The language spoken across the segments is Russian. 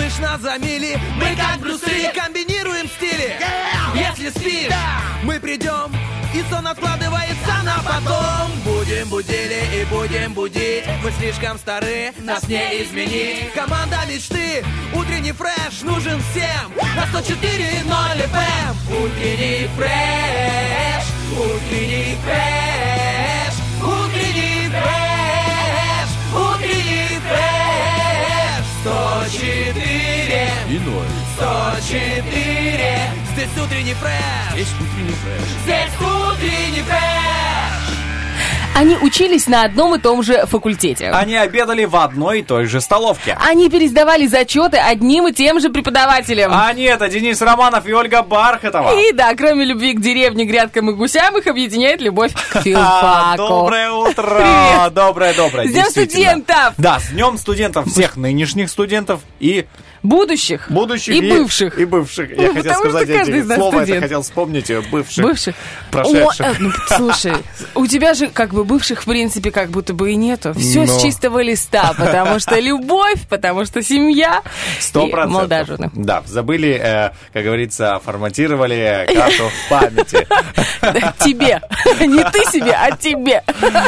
Видишь нас за мили, мы как Брюс Ли, комбинируем стили. Если спишь, мы придем, и сон откладывается на потом. Будем будили и будем будить, мы слишком стары, нас не изменить. Команда мечты, утренний фреш нужен всем на 104.0 FM. Утренний фреш, утренний фреш, утренний фреш, утренний фреш. 104 и 0. 104. Здесь утренний фреш. Здесь утренний фреш. Здесь утренний фреш. Они учились на одном и том же факультете. Они обедали в одной и той же столовке. Они пересдавали зачеты одним и тем же преподавателем. Они это Денис Романов и Ольга Бархатова. И да, кроме любви к деревне, грядкам и гусям, их объединяет любовь к филфаку. Доброе утро! Привет. Доброе. С Днем студентов! Да, с Днем студентов, всех нынешних студентов и Будущих. И бывших. И бывших. Я хотел потому сказать, что каждый из нас слово студент. это хотел вспомнить, бывших. Бывших. Прошедших. Слушай, у тебя же как бы бывших, в принципе, как будто бы и нету. Все с чистого листа, потому что любовь, потому что семья 100%. и молодожены. Да, забыли, как говорится, форматировали карту в памяти. Тебе. Не ты себе, а тебе.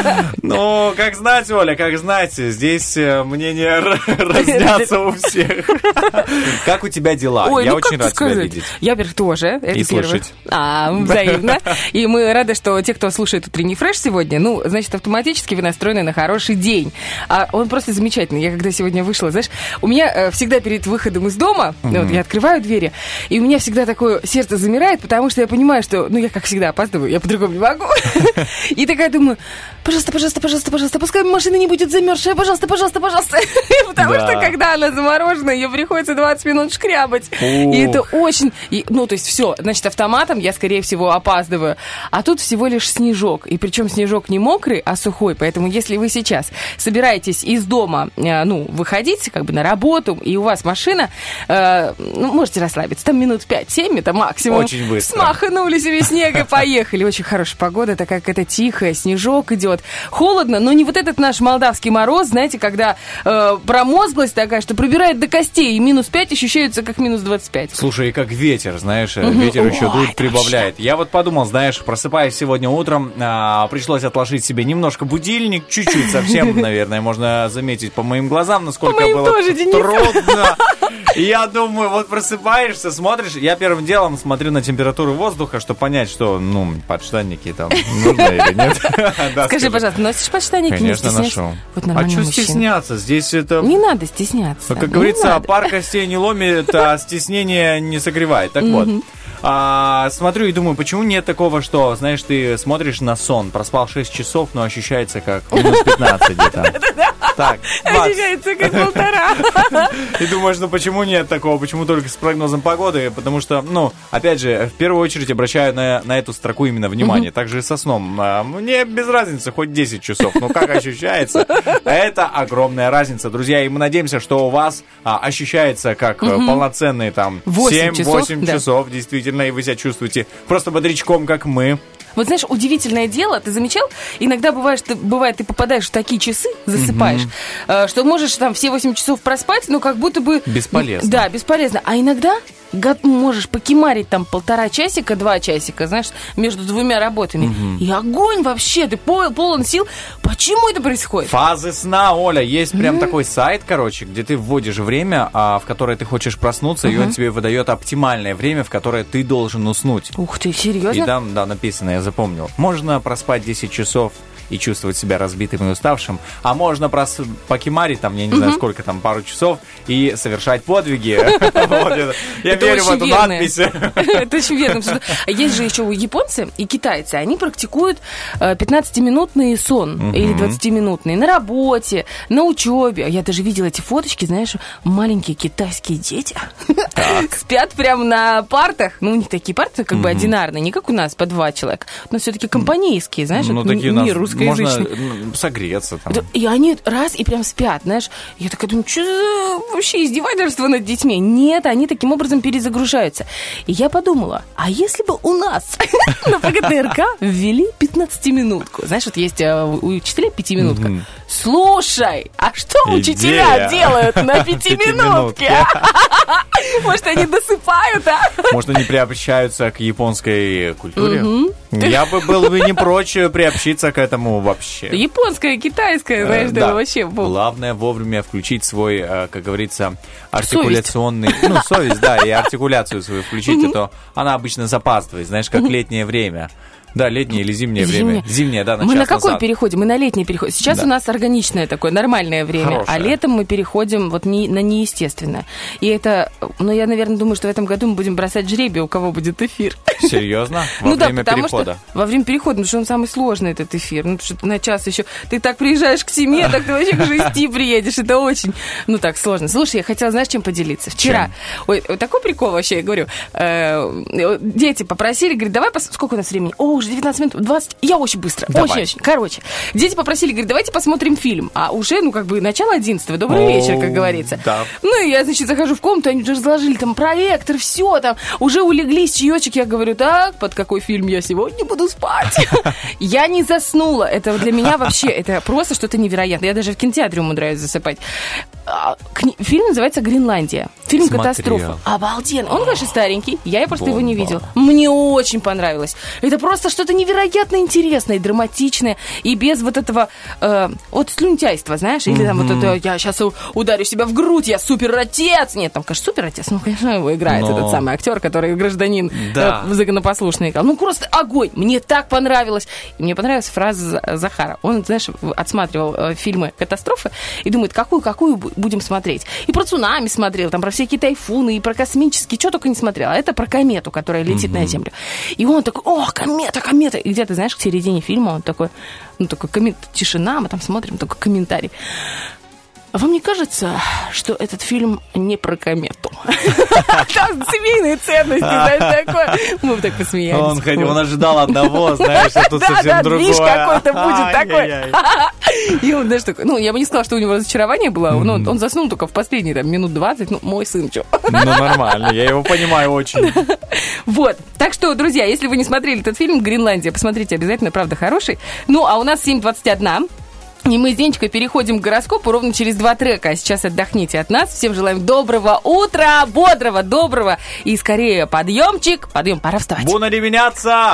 Ну, как знать, Оля, как знать, здесь мнения разнятся у всех. Как у тебя дела? Ой, Я ну очень как рад тебя сказать? видеть. Я, во-первых, тоже. Это И первое. слышать. Взаимно. И мы рады, что те, кто слушает утренний фреш сегодня, ну, значит, автоматически вы настроены на хороший день. А он просто замечательный. Я когда сегодня вышла, знаешь, у меня всегда перед выходом из дома, вот, я открываю двери, и у меня всегда такое сердце замирает, потому что я понимаю, что, ну, я, как всегда, опаздываю, я по-другому не могу. И такая думаю, пожалуйста, пускай машина не будет замерзшая, пожалуйста. Потому что, когда она заморожена, ее приходится 20 минут шкрябать. И это очень... Ну, то есть все, значит, автоматом я, скорее всего, опаздываю. А тут всего лишь снежок. И причем снежок не мокрый, а сухой. Поэтому, если вы сейчас собираетесь из дома, ну, выходить, как бы на работу, и у вас машина, ну, можете расслабиться. Там минут 5-7, это максимум. Очень быстро. Смаханули себе снег и поехали. Очень хорошая погода, такая какая-то тихая, снежок идет. Холодно, но не вот этот наш молдавский мороз, знаете, когда промозглость такая, что пробирает до костей, и минус 5 ощущаются как минус 25. Слушай, и как ветер, знаешь, ветер еще дует, прибавляет. Я вот подумал, знаешь, просыпаясь сегодня утром, пришлось отложить себе немножко будильник, чуть-чуть совсем, наверное, можно заметить по моим глазам, насколько было тоже, трудно. И я думаю, вот просыпаешься, смотришь, я первым делом смотрю на температуру воздуха, чтобы понять, что, ну, подштанники там нужны или нет. Скажи, пожалуйста, носишь подштанники? Конечно, ношу. Вот а что стесняться? Здесь это... Не надо стесняться. Как говорится, пар костей не ломит, а стеснение не согревает. Так вот. Смотрю и думаю, почему нет такого, что, знаешь, ты смотришь на сон, проспал 6 часов, но ощущается как минус 15 где-то. Так, ощущается как 1,5. И думаешь, ну почему нет такого, почему только с прогнозом погоды? Потому что, ну, опять же, в первую очередь обращаю на эту строку именно внимание. Также и со сном. Мне без разницы, хоть 10 часов, но как ощущается? Это огромная разница, друзья, и мы надеемся, что у вас ощущается как полноценные там 7-8 часов, действительно, и вы себя чувствуете просто бодрячком, как мы. Вот знаешь, удивительное дело, ты замечал? Иногда бывает, ты попадаешь в такие часы, засыпаешь, что можешь там все 8 часов проспать, но как будто бы... Бесполезно. Да, бесполезно. А иногда можешь покемарить там 1,5 часика, 2 часика, знаешь, между двумя работами. И огонь вообще, ты полон сил. Почему это происходит? Фазы сна, Оля. Есть прям такой сайт, короче, где ты вводишь время, в которое ты хочешь проснуться, и он тебе выдает оптимальное время, в которое ты должен уснуть. Ух ты, серьезно? И там, да, написано, я запомнил. Можно проспать 10 часов и чувствовать себя разбитым и уставшим, а можно покемарить там, я не знаю, сколько там, пару часов, и совершать подвиги. Я верю в эту надпись. Это очень верно. Есть же еще японцы и китайцы, они практикуют 15-минутный сон или 20-минутный на работе, на учебе. Я даже видела эти фоточки, знаешь, маленькие китайские дети спят прямо на партах. Ну, у них такие парты как бы одинарные, не как у нас по 2 человека, но все-таки компанейские, знаешь, ну, такие у нас русскоязычный. Можно согреться там. И они раз и прям спят, знаешь. Я такая думаю, что за вообще издевательство над детьми? Нет, они таким образом перезагружаются. И я подумала, а если бы у нас на ПГТРК ввели 15-минутку? Знаешь, вот есть у учителей 5-минутка. Слушай, а что учителя делают на 5-минутке? Может, они досыпают, а? Может, они приобщаются к японской культуре? Я бы был бы не прочь приобщиться к этому вообще. Японская, китайская, знаешь, да, вообще. Главное вовремя включить свой, как говорится, артикуляционный... совесть, да, и артикуляцию свою включить, а то она обычно запаздывает, знаешь, как летнее время. Да, летнее или зимнее время. Зимнее, да, на час Мы на какой назад. переходим? Мы на летний переходим. Сейчас у нас органичное такое, нормальное время. Хорошее. А летом мы переходим вот на неестественное. И это, я, наверное, думаю, что в этом году мы будем бросать жребий, у кого будет эфир. Серьезно? Во время перехода? Во время перехода, потому что он самый сложный, этот эфир. Потому что на час еще... Ты так приезжаешь к 7, так ты вообще к 6 приедешь. Это очень, так сложно. Слушай, я хотела, знаешь, чем поделиться? Вчера. Ой, такой прикол вообще, я говорю. Дети попросили, говорят, давай, сколько у нас времени? Уже 19 минут, 20. Я очень быстро. Очень-очень. Короче, дети попросили, говорят, давайте посмотрим фильм. А уже, начало 11-го. Добрый вечер, как говорится. Да. Я, захожу в комнату, они уже разложили там проектор, все там. Уже улеглись, чаечек. Я говорю, так, под какой фильм я сегодня буду спать? Я не заснула. Это для меня вообще, это просто что-то невероятное. Я даже в кинотеатре умудряюсь засыпать. Фильм называется «Гренландия». Фильм «Катастрофа». Обалденно. Он, конечно, старенький. Я просто его не видела. Мне очень понравилось. Это просто что-то невероятно интересное, драматичное. И без вот этого слюнтяйства, знаешь? Или там вот это, я сейчас ударю себя в грудь, я суперотец. Нет, там, конечно, суперотец. Конечно, его играет этот самый актер, который гражданин законопослушный. Просто огонь. Мне так понравилось. И мне понравилась фраза Захара. Он, знаешь, отсматривал фильмы «Катастрофы» и думает, какую будем смотреть. И про цунами смотрел, там про всякие тайфуны, и про космические, что только не смотрел. А это про комету, которая летит на Землю. И он такой, комета. И где-то, знаешь, к середине фильма он такой, тишина, мы там смотрим, только комментарий. А вам не кажется, что этот фильм не про комету? Там семейные ценности, знаешь, такое. Мы бы так посмеялись. Он ожидал одного, знаешь, а тут совсем другое. Движ какой-то будет такой. И он, знаешь, такой, я бы не сказала, что у него разочарование было, но он заснул только в последние минут 20, мой сын, что? Нормально, я его понимаю очень. Вот, так что, друзья, если вы не смотрели этот фильм «Гренландия», посмотрите обязательно, правда, хороший. А у нас 7:21. И мы с Денечкой переходим к гороскопу ровно через 2 трека. А сейчас отдохните от нас. Всем желаем доброго утра, бодрого, доброго. И скорее подъемчик. Подъем, пора вставать. Буна не меняться!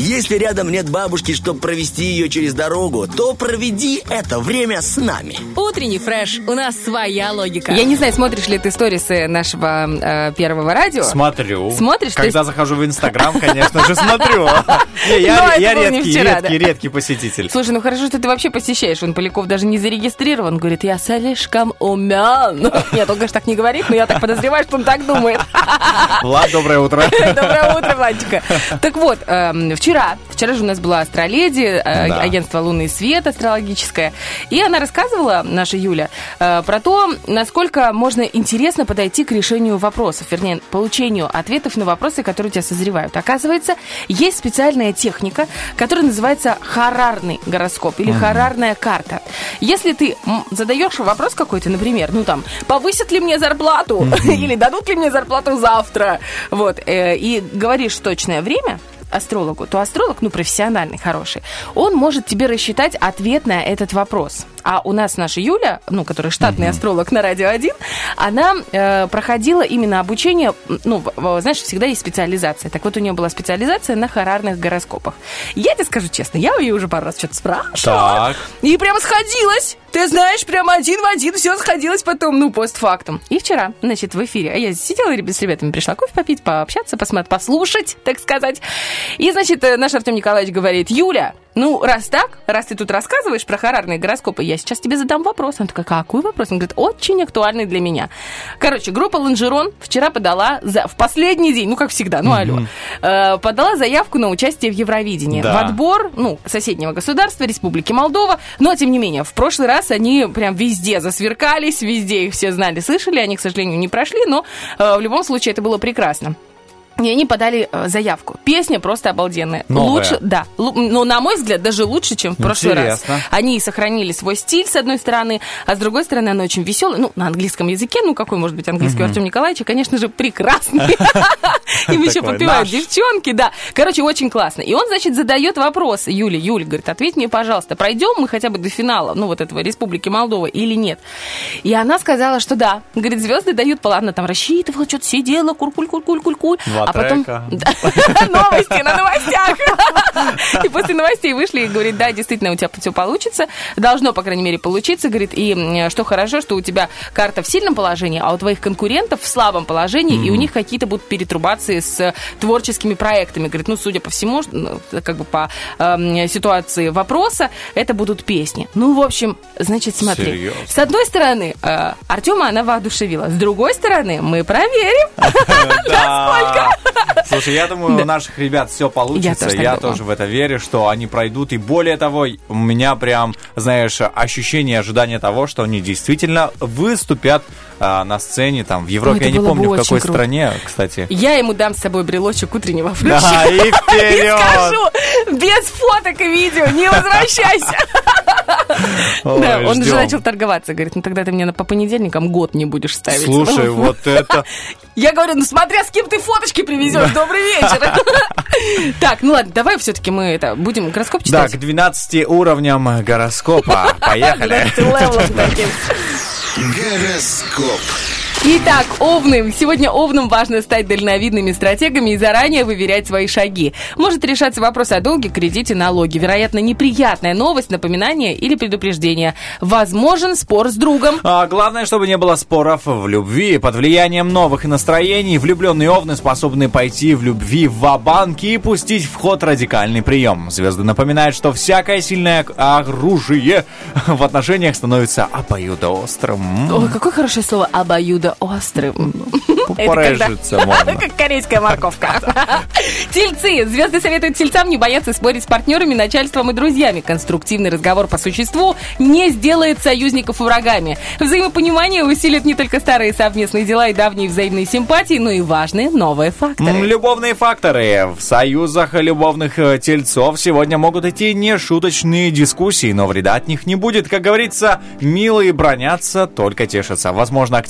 Если рядом нет бабушки, чтобы провести ее через дорогу, то проведи это время с нами. Утренний фреш. У нас своя логика. Я не знаю, смотришь ли ты сторисы нашего первого радио? Смотрю. Смотришь? Когда захожу в Инстаграм, конечно же, смотрю. Я редкий посетитель. Слушай, ну хорошо, что ты вообще посещаешь. Он Поляков даже не зарегистрирован. Говорит, я слишком умен. Нет, он, конечно, так не говорит, но я так подозреваю, что он так думает. Влад, доброе утро. Доброе утро, Владечка. Так вот, вчера же у нас была астроледи, агентство «Лунный свет» астрологическое, и она рассказывала, наша Юля, про то, насколько можно интересно подойти к решению вопросов, вернее, получению ответов на вопросы, которые у тебя созревают. Оказывается, есть специальная техника, которая называется хорарный гороскоп или хорарная карта. Если ты задаешь вопрос какой-то, например, повысят ли мне зарплату или дадут ли мне зарплату завтра, вот, и говоришь точное время астрологу, то астролог, профессиональный, хороший, он может тебе рассчитать ответ на этот вопрос. А у нас наша Юля, которая штатный астролог на Радио 1, она проходила именно обучение, знаешь, всегда есть специализация. Так вот, у нее была специализация на хорарных гороскопах. Я тебе скажу честно, я ее уже пару раз что-то спрашивала. Так. И прямо сходилась. Ты знаешь, прямо один в один все сходилось потом, постфактум. И вчера, значит, в эфире, я сидела с ребятами, пришла кофе попить, пообщаться, послушать, так сказать. И, значит, наш Артем Николаевич говорит: Юля, раз ты тут рассказываешь про хорарные гороскопы, я сейчас тебе задам вопрос. Она такая: какой вопрос? Он говорит: очень актуальный для меня. Короче, группа «Лонжерон» вчера подала в последний день, как всегда, подала заявку на участие в Евровидении. Да. В отбор, соседнего государства, Республики Молдова. Но, тем не менее, в прошлый раз они прям везде засверкались, везде их все знали, слышали. Они, к сожалению, не прошли, но в любом случае это было прекрасно. И они подали заявку. Песня просто обалденная. Новая. Лучше, да. Но, на мой взгляд, даже лучше, чем в прошлый раз. Они сохранили свой стиль, с одной стороны, а с другой стороны, она очень веселая. На английском языке, какой может быть английский у Артема Николаевича, конечно же, прекрасный. Им еще подпевают девчонки, да. Короче, очень классно. И он, значит, задает вопрос Юле. Юля говорит: ответь мне, пожалуйста, пройдем мы хотя бы до финала, этого Республики Молдова или нет? И она сказала, что да. Говорит, звезды дают, она там рассчитывала, что-то сидела, куль-куль-куль-куль-куль. А потом новости на новостях. И после новостей вышли и говорит: да, действительно, у тебя все получится. Должно, по крайней мере, получиться. Говорит, и что хорошо, что у тебя карта в сильном положении, а у твоих конкурентов в слабом положении, и у них какие-то будут перетрубации с творческими проектами. Говорит, судя по всему, по ситуации вопроса, это будут песни. В общем, значит, смотри. Серьезно? С одной стороны, Артема она воодушевила. С другой стороны, мы проверим, насколько. Слушай, я думаю, у наших ребят все получится. Я тоже в это верю, что они пройдут. И более того, у меня прям, знаешь, ощущение, ожидание того, что они действительно выступят на сцене там в Европе. Я не помню, в какой стране, кстати. Я ему дам с собой брелочек утреннего фреша. Да, и вперед! И скажу: без фоток и видео не возвращайся. Да, он уже начал торговаться. Говорит, тогда ты мне по понедельникам год не будешь ставить. Слушай, вот это... Я говорю, смотря с кем ты фоточки привезешь. Добрый вечер. Так, ладно, давай все-таки мы будем гороскоп читать. Да, к 12 уровням гороскопа. Поехали. Гороскоп. Итак, овны. Сегодня овнам важно стать дальновидными стратегами и заранее выверять свои шаги. Может решаться вопрос о долге, кредите, налоге. Вероятно, неприятная новость, напоминание или предупреждение. Возможен спор с другом. А главное, чтобы не было споров в любви. Под влиянием новых настроений влюбленные овны способны пойти в любви ва-банк и пустить в ход радикальный прием. Звезды напоминают, что всякое сильное оружие в отношениях становится обоюдоострым. Ой, какое хорошее слово «обоюдоострым». Порежется можно. Как корейская морковка. Тельцы. Звезды советуют тельцам не бояться спорить с партнерами, начальством и друзьями. Конструктивный разговор по существу не сделает союзников врагами. Взаимопонимание усилит не только старые совместные дела и давние взаимные симпатии, но и важные новые факторы. Любовные факторы. В союзах любовных тельцов сегодня могут идти нешуточные дискуссии, но вреда от них не будет. Как говорится, милые бранятся, только тешатся. Возможно, активное обсуждение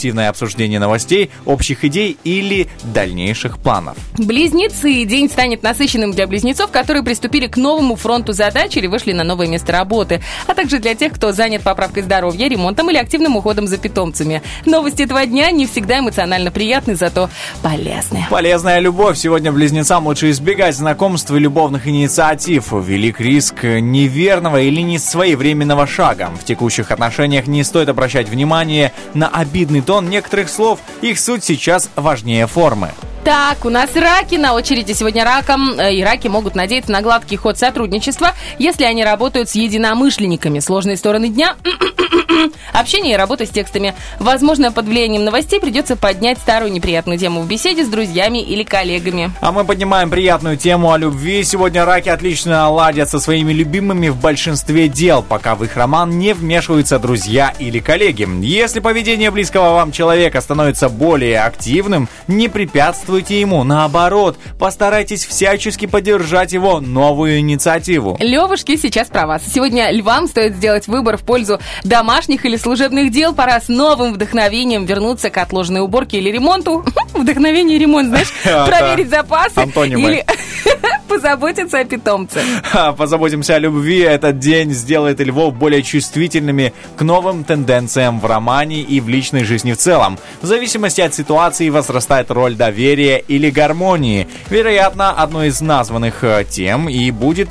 обсуждения новостей, общих идей или дальнейших планов. Близнецы. День станет насыщенным для близнецов, которые приступили к новому фронту задач или вышли на новое место работы, а также для тех, кто занят поправкой здоровья, ремонтом или активным уходом за питомцами. Новости этого дня не всегда эмоционально приятны, зато полезны. Полезная любовь. Сегодня близнецам лучше избегать знакомств и любовных инициатив. Велик риск неверного или несвоевременного шага. В текущих отношениях не стоит обращать внимание на обидный тон некоторых слов. Их суть сейчас важнее формы. Так, у нас раки на очереди. Сегодня раком и раки могут надеяться на гладкий ход сотрудничества, если они работают с единомышленниками. Сложные стороны дня – общение и работа с текстами. Возможно, под влиянием новостей придется поднять старую неприятную тему в беседе с друзьями или коллегами. А мы поднимаем приятную тему о любви. Сегодня раки отлично ладят со своими любимыми в большинстве дел, пока в их роман не вмешиваются друзья или коллеги. Если поведение близкого вам человека становится более активным, не препятствуйте ему. Наоборот, постарайтесь всячески поддержать его новую инициативу. Левушки, сейчас про вас. Сегодня львам стоит сделать выбор в пользу домашних или служебных дел. Пора с новым вдохновением вернуться к отложенной уборке или ремонту. Вдохновение и ремонт, знаешь, проверить запасы. Или позаботиться о питомце. Позаботимся о любви. Этот день сделает львов более чувствительными к новым тенденциям в романе и в личной жизни в целом. В зависимости от ситуации возрастает роль доверия или гармонии. Вероятно, одной из названных тем и будет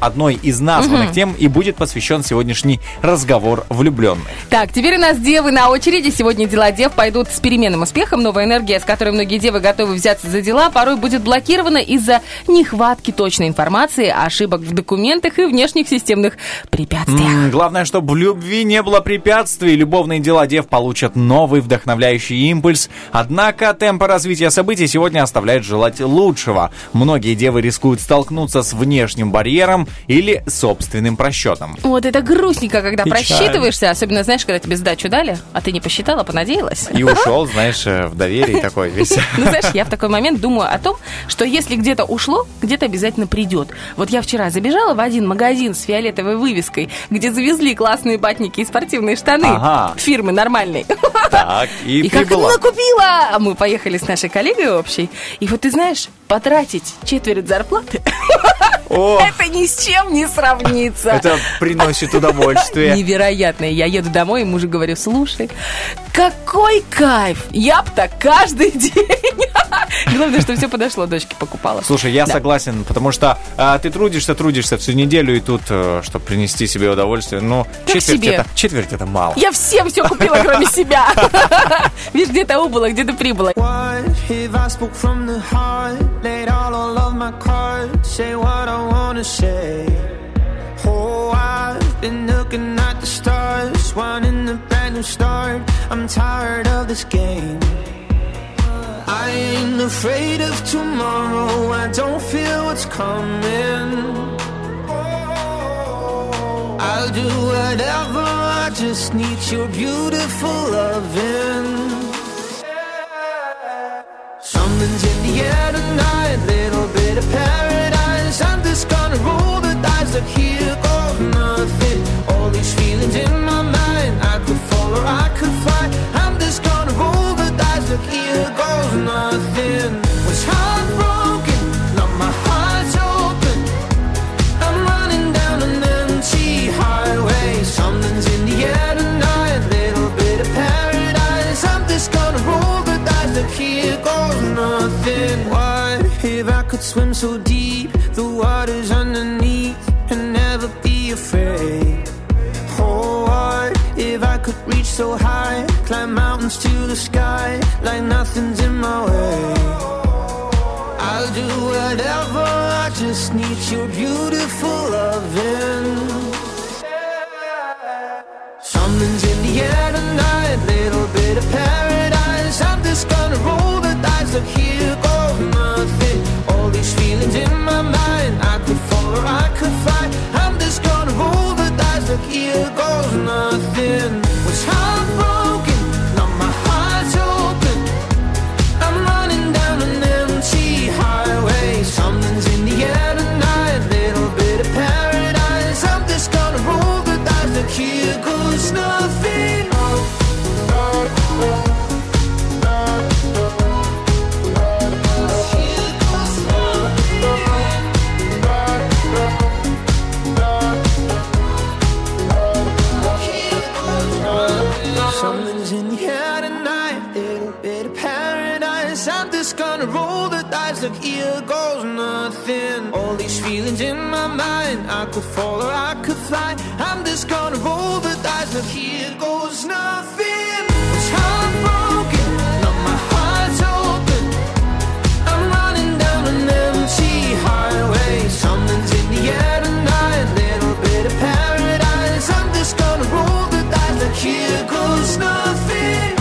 посвящен сегодняшний разговор влюбленных. Так, теперь у нас девы на очереди. Сегодня дела дев пойдут с переменным успехом. Новая энергия, с которой многие девы готовы взяться за дела, порой будет блокирована из-за нехватки точной информации, ошибок в документах и внешних системных препятствиях. Главное, чтобы в любви не было препятствий. Любовные дела дев получат новый вдохновляющий импульс. Однако темпы развития событий сегодня оставляет желать лучшего. Многие девы рискуют столкнуться с внешним барьером или собственным просчетом. Вот это грустненько, когда Печаль. Просчитываешься, особенно, знаешь, когда тебе сдачу дали, а ты не посчитала, понадеялась. И ушел, знаешь, в доверии такой весь. Ну, знаешь, я в такой момент думаю о том, что если где-то ушло, где-то обязательно придет. Вот я вчера забежала в один магазин с фиолетовой вывеской, где завезли классные батники и спортивные штаны фирмы нормальной. Так, и как прибыла. накупила! А мы поехали с нашей коллегой общей. И вот ты знаешь, потратить четверть зарплаты это ни с чем не сравнится. Это приносит удовольствие. Невероятно. Я еду домой, и мужу говорю: слушай, какой кайф! Я б так каждый день. Главное, что все подошло, дочке покупала. Слушай, я согласен, потому что ты трудишься всю неделю, и тут, чтобы принести себе удовольствие, четверть это мало. Я всем все купила, кроме себя. Видишь, где-то убыло, где-то прибыло. Been looking at the stars, wanting a brand new start. I'm tired of this game. I ain't afraid of tomorrow. I don't fear what's coming. I'll do whatever. I just need your beautiful loving. Something's in the air tonight, little bit of paradise. I'm just gonna roll the dice. Look, here goes nothing. All these feelings in my mind. I could fall or I could fly. I'm just gonna roll the dice. Look, here goes nothing. Was heartbroken, now my heart's open. I'm running down an empty highway. Something's in the air tonight, little bit of paradise. I'm just gonna roll the dice. Look, here goes nothing. What if I could swim so deep, the water's underneath, and never be afraid? Oh, what if I could reach so high, climb mountains to the sky, like nothing's in my way? I'll do whatever, I just need your beautiful loving. Something's in the air tonight, little bit of paradise. I'm just gonna roll the dice, look, here goes nothing. All these feelings in my mind, I could fall or I could fly. I'm just gonna roll the dice, look, here goes nothing. Was heartbroken, now my heart's open. I'm running down an empty highway. Something's in the air tonight, little bit of paradise. I'm just gonna roll the dice, look, here goes nothing. just gonna roll the dice like here goes nothing. All these feelings in my mind, I could fall or I could fly. I'm just gonna roll the dice like here goes nothing. It's heartbroken, now my heart's open. I'm running down an empty highway. Something's in the air tonight, little bit of paradise. I'm just gonna roll the dice like here goes nothing.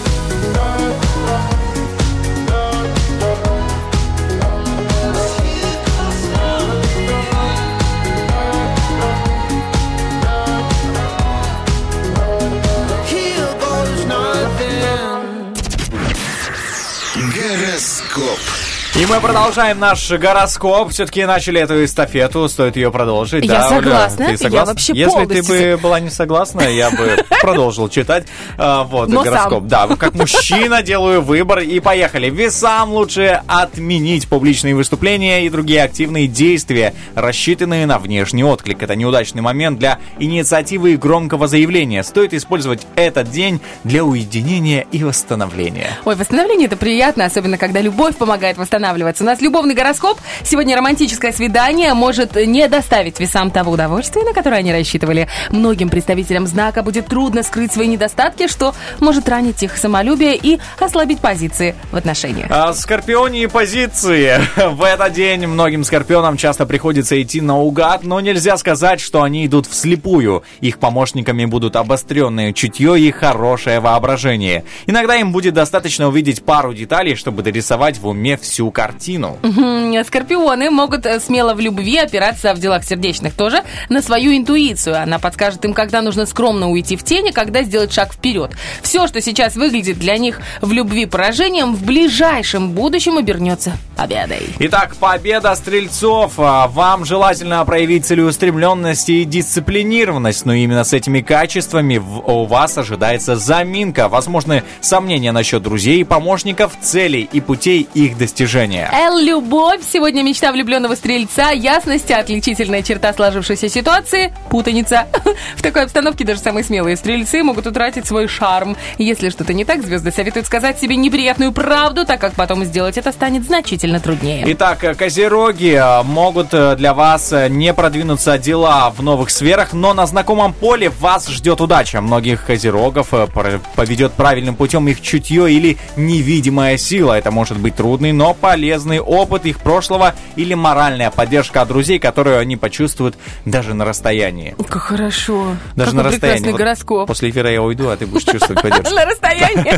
Гороскоп. И мы продолжаем наш гороскоп. Все-таки начали эту эстафету, стоит ее продолжить. Я да, согласна. Оля? Ты согласна? Я вообще Если полностью... ты бы была не согласна, я бы продолжил читать вот, Но гороскоп. сам. Да, как мужчина делаю выбор. И поехали. Весам лучше отменить публичные выступления и другие активные действия, рассчитанные на внешний отклик. Это неудачный момент для инициативы и громкого заявления. Стоит использовать этот день для уединения и восстановления. Ой, восстановление — это приятно, особенно когда любовь помогает восстанавливаться. У нас любовный гороскоп. Сегодня романтическое свидание может не доставить весам того удовольствия, на которое они рассчитывали. Многим представителям знака будет трудно скрыть свои недостатки, что может ранить их самолюбие и ослабить позиции в отношениях. Скорпионе позиции. В этот день многим скорпионам часто приходится идти наугад, но нельзя сказать, что они идут вслепую. Их помощниками будут обостренное чутье и хорошее воображение. Иногда им будет достаточно увидеть пару деталей, чтобы дорисовать в уме всю картину. Скорпионы могут смело в любви опираться, в делах сердечных тоже, на свою интуицию. Она подскажет им, когда нужно скромно уйти в тень, и когда сделать шаг вперед. Все, что сейчас выглядит для них в любви поражением, в ближайшем будущем обернется победой. Итак, победа стрельцов. Вам желательно проявить целеустремленность и дисциплинированность, но именно с этими качествами у вас ожидается заминка. Возможны сомнения насчет друзей и помощников, целей и путей их достижения. Любовь. Сегодня мечта влюбленного стрельца. Ясность, отличительная черта сложившейся ситуации. Путаница. В такой обстановке даже самые смелые стрельцы могут утратить свой шарм. Если что-то не так, звезды советуют сказать себе неприятную правду, так как потом сделать это станет значительно труднее. Итак, козероги, могут для вас не продвинуться дела в новых сферах, но на знакомом поле вас ждет удача. Многих козерогов поведет правильным путем их чутье или невидимая сила. Это может быть трудный, но полезный опыт их прошлого или моральная поддержка от друзей, которую они почувствуют даже на расстоянии. Как хорошо. Даже какой на расстоянии. прекрасный гороскоп. После эфира я уйду, а ты будешь чувствовать поддержку. На расстоянии.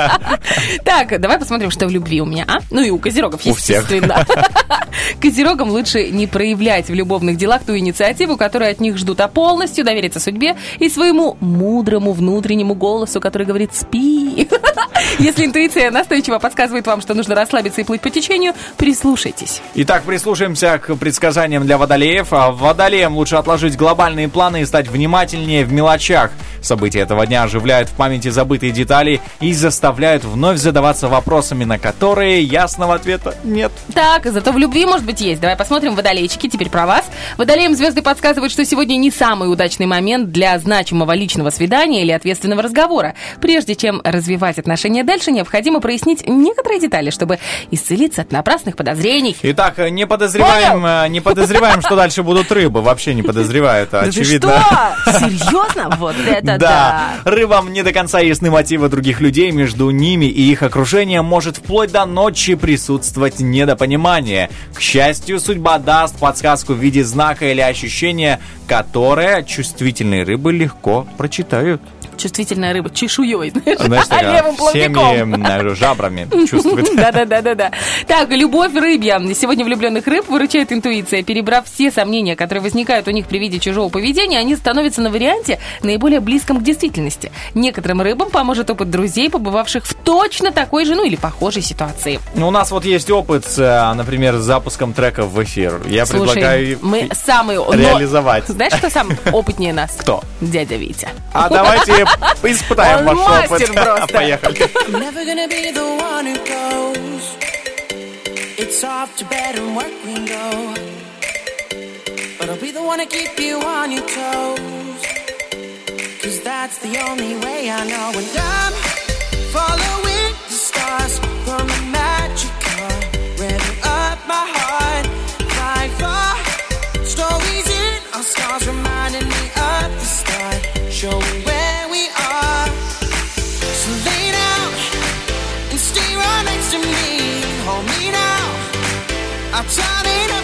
Так, давай посмотрим, что в любви у меня, а? Ну и у козерогов, естественно. Козерогам лучше не проявлять в любовных делах ту инициативу, которую от них ждут, а полностью довериться судьбе и своему мудрому внутреннему голосу, который говорит «спи». Если интуиция настойчиво подсказывает вам, что нужно расслабиться и плыть по течению, прислушайтесь. Итак, прислушаемся к предсказаниям для водолеев. Водолеям лучше отложить глобальные планы и стать внимательнее в мелочах. События этого дня оживляют в памяти забытые детали и заставляют вновь задаваться вопросами, на которые ясного ответа нет. Так, зато в любви, может быть, есть. Давай посмотрим, водолейчики, теперь про вас. Водолеям звезды подсказывают, что сегодня не самый удачный момент для значимого личного свидания или ответственного разговора. Прежде чем развивать отношения дальше, необходимо прояснить некоторые детали, чтобы исцелиться от напрасных подозрений. Итак, не подозреваем, что дальше будут рыбы. Вообще не подозреваю, это очевидно. Ты что? Серьезно? Вот это да. Рыбам не до конца ясны мотивы других людей, между ними и их окружением может вплоть до ночи присутствовать недопонимание. К счастью, судьба даст подсказку в виде знака или ощущения, которое чувствительные рыбы легко прочитают. Чувствительная рыба чешуей, знаешь, левым плавником. Всеми жабрами чувствует. Да. Так, любовь рыбья. Сегодня влюбленных рыб выручает интуиция. Перебрав все сомнения, которые возникают у них при виде чужого поведения, они становятся на варианте наиболее близком к действительности. Некоторым рыбам поможет опыт друзей, побывавших в точно такой же, ну или похожей ситуации. У нас вот есть опыт, например, с запуском трека в эфир. Я предлагаю мы самые реализовать. Знаешь, кто сам опытнее нас? Кто? Дядя Витя. А давайте испытаем Он ваш опыт. мастер просто. Поехали. Never gonna be the one who goes. It's off to bed and work we go. But I'll be the one to keep you on your toes. 'Cause that's the only way I know. And I'm following the stars from a magic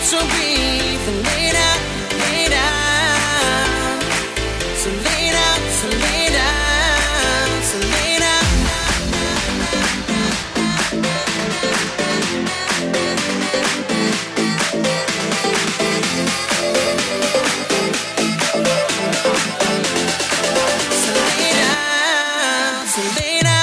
so breathe and lay down, lay down. So lay down, so lay down, so lay down. So lay down, so lay down.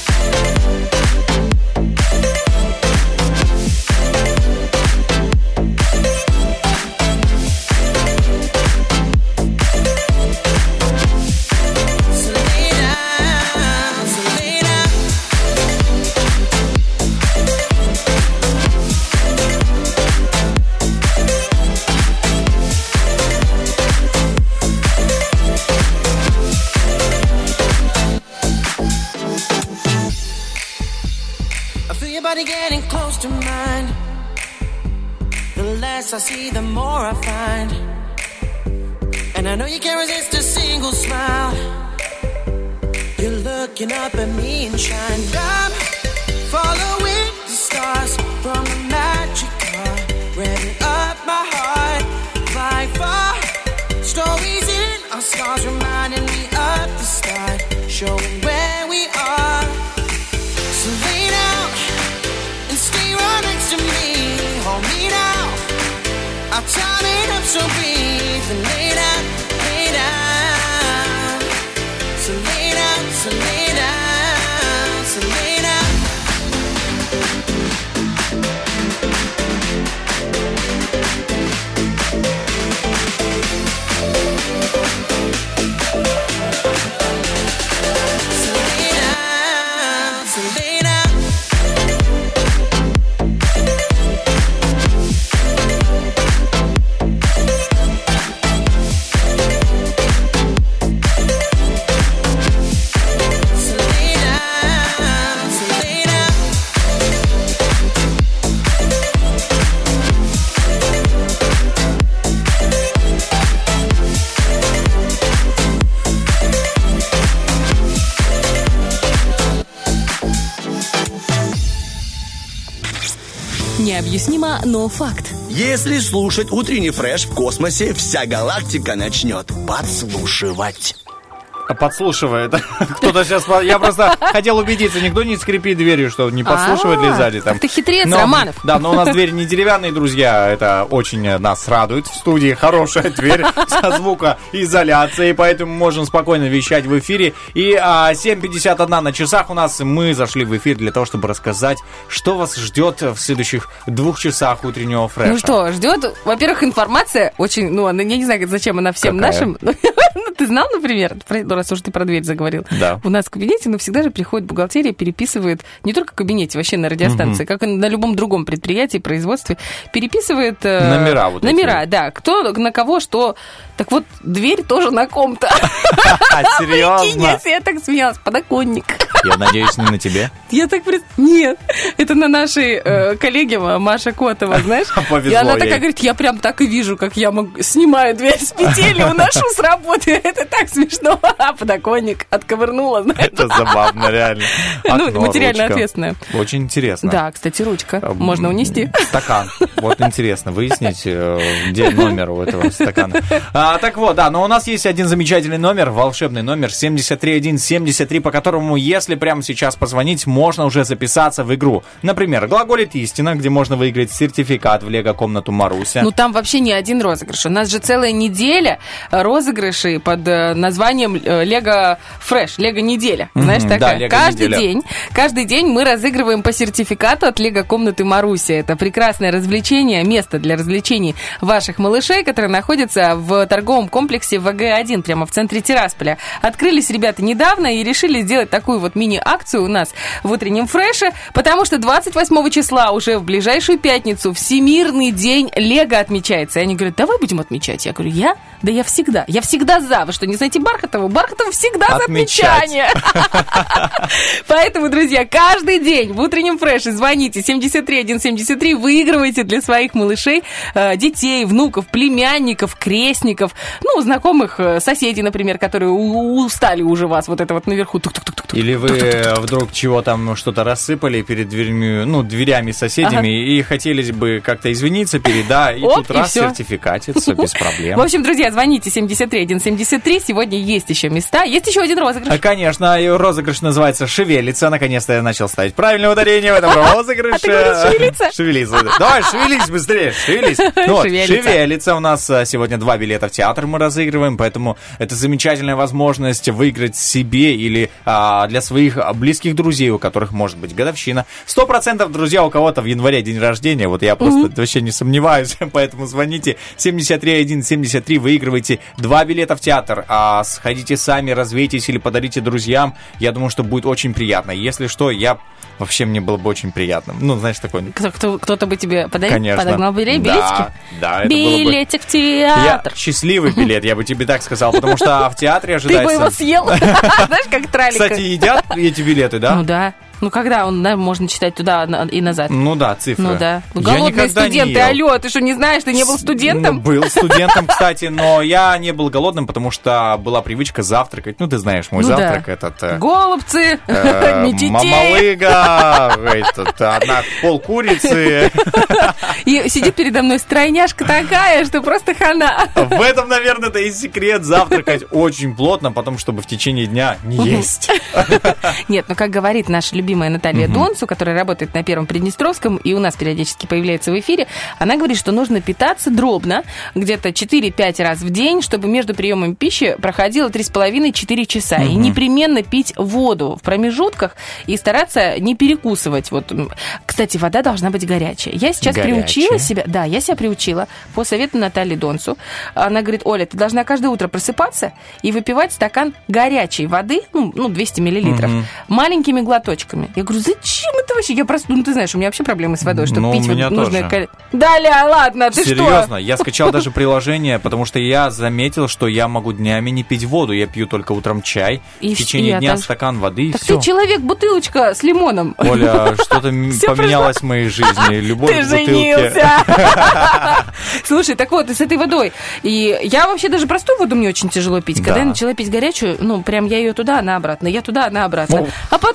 Getting close to mine. The less I see, the more I find. And I know you can't resist a single smile. You're looking up at me and shine. I'm following the stars from the magic car, revving up my heart. Fly far, stories in our scars reminding me of the start, showing where we are. So lay down and stay right next to me. Hold me now, I'll turn it up so breathe and lay down, lay down. So lay down, so lay down, so lay down. So lay down, so lay down. Необъяснимо, но факт. Если слушать утренний фреш в космосе, вся галактика начнет подслушивать. Подслушивает. Кто-то сейчас... Я просто хотел убедиться, никто не скрипит дверью, что не подслушивает ли сзади там. Ты хитрец, Романов. Да, но у нас двери не деревянные, друзья. Это очень нас радует. В студии хорошая дверь со звукоизоляцией, поэтому можем спокойно вещать в эфире. И 7:51 на часах у нас. Мы зашли в эфир для того, чтобы рассказать, что вас ждет в следующих 2 часах утреннего фреша. Ну что, ждет, во-первых, информация очень... Ну, я не знаю, зачем она всем нашим. Ты знал, например, раз уж ты про дверь заговорил, да. У нас в кабинете, всегда же приходит бухгалтерия, переписывает, не только в кабинете, вообще на радиостанции, как и на любом другом предприятии, производстве, переписывает... Номера вот номера, эти. да. Кто, на кого, что... Так вот, дверь тоже на ком-то. Серьезно? Я так смеялась, подоконник. Я надеюсь, не на тебе? Я так... Нет, это на нашей коллеге Маша Котова, знаешь? Повезло и она такая ей. говорит, я прям так и вижу, как я снимаю дверь с петель и уношу с работы. Это так смешно. А подоконник отковырнула, знаешь? Это забавно, реально. Окно, материально ручка. Ответственная. Очень интересно. Да, кстати, ручка. Можно унести. Стакан. Вот интересно выяснить, где номер у этого стакана. Так вот, да, но у нас есть один замечательный номер, волшебный номер 73173, по которому, если прямо сейчас позвонить, можно уже записаться в игру. Например, глаголит истина, где можно выиграть сертификат в Лего-комнату Маруся. Ну, там вообще не один розыгрыш. У нас же целая неделя розыгрышей под названием Лего Фреш, Лего неделя. Знаешь, такая. Да, Лего неделя. Каждый день мы разыгрываем по сертификату от Лего-комнаты Маруся. Это прекрасное развлечение, место для развлечений ваших малышей, которое находится в торговом комплексе ВГ-1, прямо в центре Тирасполя. Открылись ребята недавно и решили сделать такую вот мини-акцию у нас в утреннем фреше, потому что 28 числа, уже в ближайшую пятницу, Всемирный день Лего отмечается. И они говорят, давай будем отмечать. Я говорю, я всегда за. Вы что, не знаете Бархатову? Бархатову всегда Отмечать. замечание. Поэтому, друзья, каждый день в утреннем фреше звоните 73173, выигрывайте для своих малышей, детей, внуков, племянников, крестников, ну, знакомых, соседей, например, которые устали уже вас вот это вот наверху. Или вы вдруг чего там что-то рассыпали перед дверьми, ну, дверями соседями, и хотели бы как-то извиниться перед, и тут раз сертификатит, все без проблем. В общем, друзья, звоните 73173, сегодня есть еще места, есть еще один розыгрыш. Конечно, и розыгрыш называется «Шевелится». Наконец-то я начал ставить правильное ударение в этом розыгрыше. А ты говоришь «шевелиться»? Шевелиться. Давай, шевелись быстрее, шевелись. Шевелится. У нас сегодня 2 билета в театр мы разыгрываем, поэтому это замечательная возможность выиграть себе или для своих близких друзей, у которых может быть годовщина. 100%, друзья, у кого-то в январе день рождения, вот я просто вообще не сомневаюсь, поэтому звоните 73173, выигрывайте 2 билета в театр, сходите сами, развейтесь или подарите друзьям, я думаю, что будет очень приятно. Если что, мне было бы очень приятно. Ну, знаешь, такой... Кто-то бы тебе подарил? Конечно. Подогнал билетики? Да, это билетик в театр. Счастливый билет, я бы тебе так сказал, потому что в театре ожидается... Ты бы его съел, знаешь, как тралика. Кстати, едят эти билеты, да? Ну да. Ну, когда он, можно читать туда и назад. Ну да, цифры. Ну да. Голодные студенты, алло, ты что, не знаешь, ты не был студентом? Был студентом, кстати, но я не был голодным, потому что была привычка завтракать. Ну, ты знаешь, мой завтрак этот... Голубцы, метите. Мамалыга, одна полкурицы. И сидит передо мной стройняшка такая, что просто хана. В этом, наверное, это и секрет, завтракать очень плотно, потом, чтобы в течение дня не есть. Нет, ну, как говорит наша любимая Наталья Донцу, которая работает на Первом Приднестровском и у нас периодически появляется в эфире, она говорит, что нужно питаться дробно, где-то 4-5 раз в день, чтобы между приемами пищи проходило 3,5-4 часа. И непременно пить воду в промежутках и стараться не перекусывать. Вот. Кстати, вода должна быть горячая. Я сейчас приучила себя, я себя приучила по совету Натальи Донцу. Она говорит: Оля, ты должна каждое утро просыпаться и выпивать стакан горячей воды, 200 миллилитров, маленькими глоточками. Я говорю, зачем это вообще? Я просто, ты знаешь, у меня вообще проблемы с водой, чтобы пить вот нужное... Да, ладно, ты что? Серьезно, я скачал даже приложение, потому что я заметил, что я могу днями не пить воду. Я пью только утром чай, в течение дня стакан воды, и так все. Ты человек, бутылочка с лимоном. Оля, что-то поменялось в моей жизни. Любовь к бутылке. Ты женился. Слушай, так вот, и с этой водой. И я вообще даже простую воду мне очень тяжело пить. Когда я начала пить горячую, прям я ее туда, она обратно, я туда, она обратно.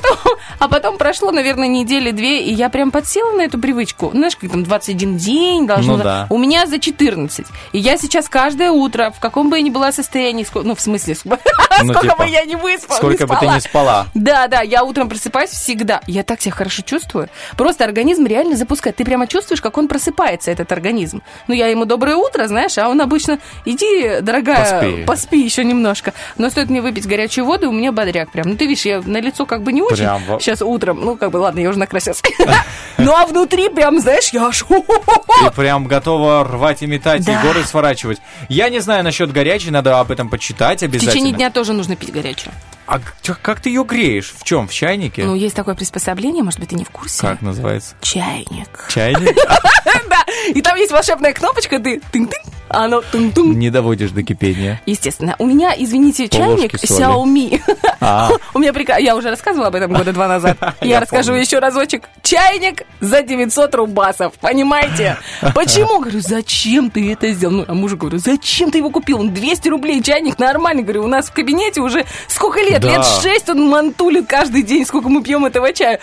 А потом прошло, наверное, недели 2, и я прям подсела на эту привычку. Знаешь, как там 21 день должно... У меня за 14. И я сейчас каждое утро, в каком бы я ни была состоянии, в смысле, сколько бы я ни выспала, сколько бы ты ни спала. Да, я утром просыпаюсь всегда. Я так себя хорошо чувствую. Просто организм реально запускает. Ты прямо чувствуешь, как он просыпается, этот организм. Я ему доброе утро, знаешь, а он обычно, иди, дорогая, поспи еще немножко. Но стоит мне выпить горячую воду, у меня бодряк прям. Ты видишь, я на лицо как бы не очень. Сейчас утром, ладно, я уже накрасилась. А внутри прям, знаешь, я аж... Ты прям готова рвать и метать, и горы сворачивать. Я не знаю насчет горячей, надо об этом почитать обязательно. В течение дня тоже нужно пить горячую. А как ты ее греешь? В чем? В чайнике? Есть такое приспособление, может быть, ты не в курсе. Как называется? Чайник. Чайник? Да, и там есть волшебная кнопочка, ты тынь-тынь, а оно тынь-тынь. Не доводишь до кипения. Естественно. У меня, извините, чайник Xiaomi. У меня я уже рассказывала об этом года 2 назад. Я расскажу еще разочек. Чайник за 900 рубасов, понимаете? Почему? Говорю, зачем ты это сделал? А мужу говорю, зачем ты его купил? Он 200 рублей, чайник нормальный. Говорю, у нас в кабинете уже сколько лет? Лет 6 он мантулит каждый день, сколько мы пьем этого чая.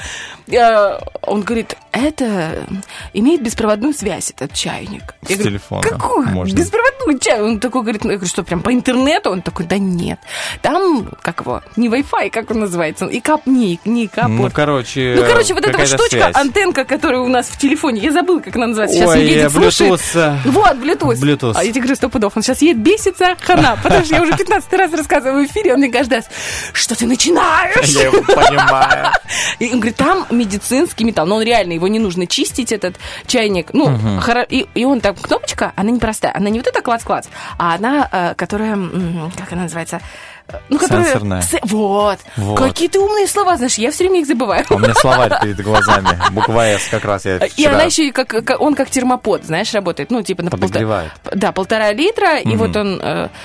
Он говорит, это имеет беспроводную связь, этот чайник. С телефоном. Какую? Беспроводную чай. Он такой говорит, я говорю, что, прям по интернету? Он такой, да нет. Там, не Wi-Fi, как он называется? И не капот. Короче, вот эта вот штучка, связь. Антенка, которая у нас в телефоне, я забыла, как она называется. Сейчас едет, Bluetooth. слушает. Вот, Bluetooth. А я тебе говорю, 100 пудов. Он сейчас едет, бесится, хана. Потому что я уже 15 раз рассказываю в эфире, он мне каждый раз, что ты начинаешь? Я его понимаю. И он говорит, там медицинский металл. Но он реально, его не нужно чистить, этот чайник. И он там, кнопочка, она непростая. Она не вот эта клац-клац, а она, которая, как она называется? Сенсорная. Вот. Какие ты умные слова, знаешь, я все время их забываю. У меня словарь перед глазами. Буква «С» как раз я вчера... И она еще он как термопод, знаешь, работает. На подогревает. 1,5 литра. И вот он...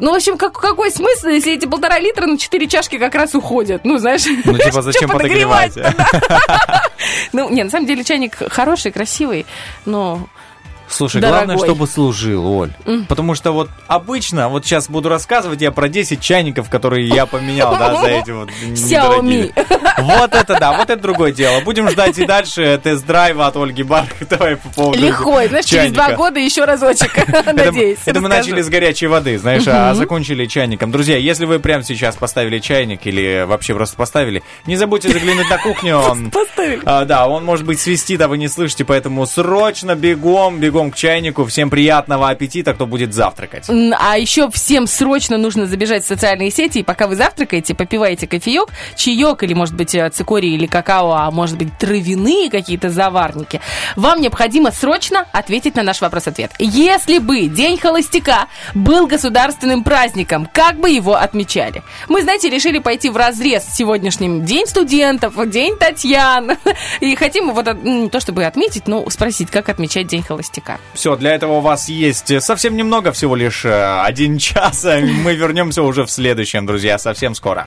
Ну, в общем, какой смысл, если эти 1,5 литра на 4 чашки как раз уходят? Ну, знаешь, Ну, типа, зачем подогревать? Ну, не, на самом деле чайник хороший, красивый, но... Слушай, дорогой. главное, чтобы служил, Оль. Потому что вот обычно, вот сейчас буду рассказывать я про 10 чайников, которые я поменял, да, за эти вот недорогие. Вот это да, вот это другое дело. Будем ждать и дальше тест-драйва от Ольги Бархатовой по поводу Легко, знаешь, через 2 года еще разочек, надеюсь. Это мы начали с горячей воды, знаешь, а закончили чайником. Друзья, если вы прямо сейчас поставили чайник или вообще просто поставили, не забудьте заглянуть на кухню. Поставили. Да, он может быть свистит, а вы не слышите, поэтому срочно бегом к чайнику. Всем приятного аппетита, кто будет завтракать. А еще всем срочно нужно забежать в социальные сети, и пока вы завтракаете, попиваете кофеек, чаек, или, может быть, цикорий или какао, а может быть, травяные какие-то заварники, вам необходимо срочно ответить на наш вопрос-ответ. Если бы День холостяка был государственным праздником, как бы его отмечали? Мы, знаете, решили пойти вразрез с сегодняшним День студентов, День Татьяны. И хотим вот не то чтобы отметить, но спросить, как отмечать День холостяка. Все, для этого у вас есть совсем немного, всего лишь 1 час. Мы вернемся уже в следующем, друзья, совсем скоро.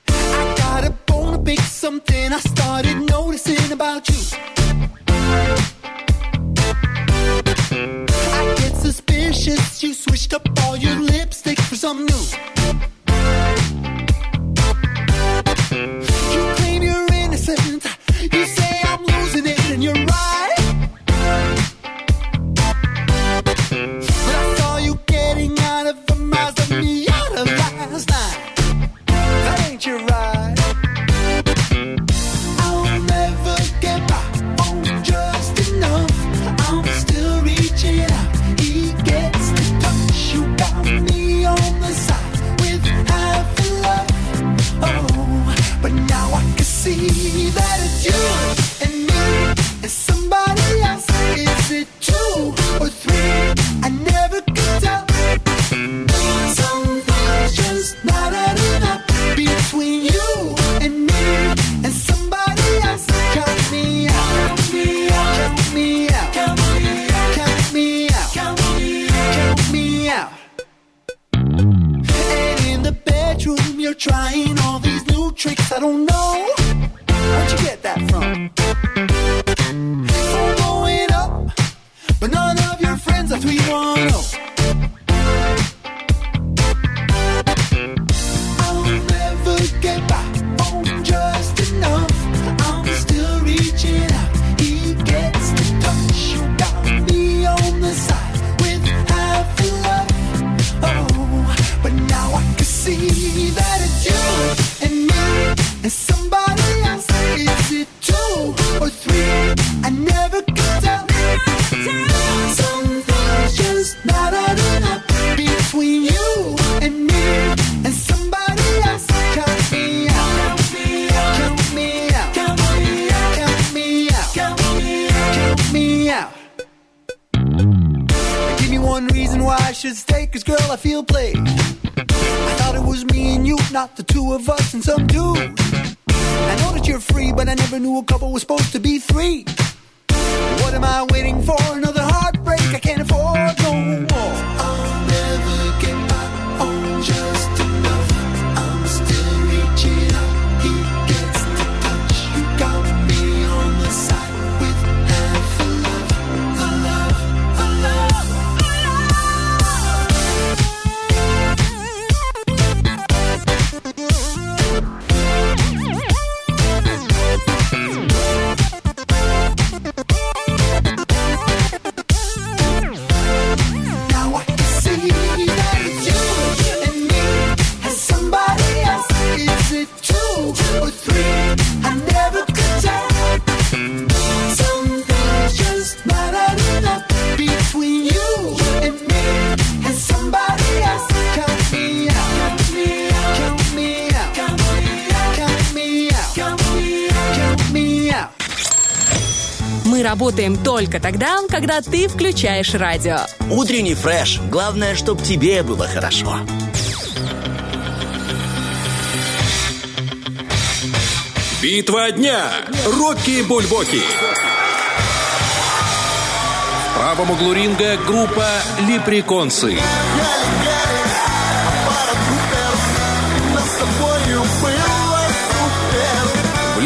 Trying all these new tricks, I don't know where'd you get that from. Phone going up, but none of your friends are 310. I'll never get by on just enough. I'm still reaching out. He gets the touch. You got me on the side with half a love. Oh, but now I can see that it's you and me and somebody else. Is it 2 or 3? I never could tell. Something's just not adding up between you and me and somebody else. Count me out. Count me out. Count me out. Count me out. Count me out. Give me one reason why I should stay, 'cause girl, I feel played. I thought it was me and you, not the two of us and some dude. I know that you're free, but I never knew a couple was supposed to be 3. What am I waiting for? Another heartbreak I can't afford no more. I'll never get by on just enough. I'm still reaching out. He gets the touch. You got me on the side with half a love, a love, a love. Now I can see that it's you and me and somebody else. Is it 2 or 3? I never could tell. Something's just not adding up between you and me and somebody else. Count me out. Count me out. Count me out. Count me out. Count me out. Count me out. Мы работаем только тогда, когда ты включаешь радио. Утренний фреш. Главное, чтоб тебе было хорошо. Битва дня. Рокки Бульбоки. В правом углу ринга группа «Леприконсы».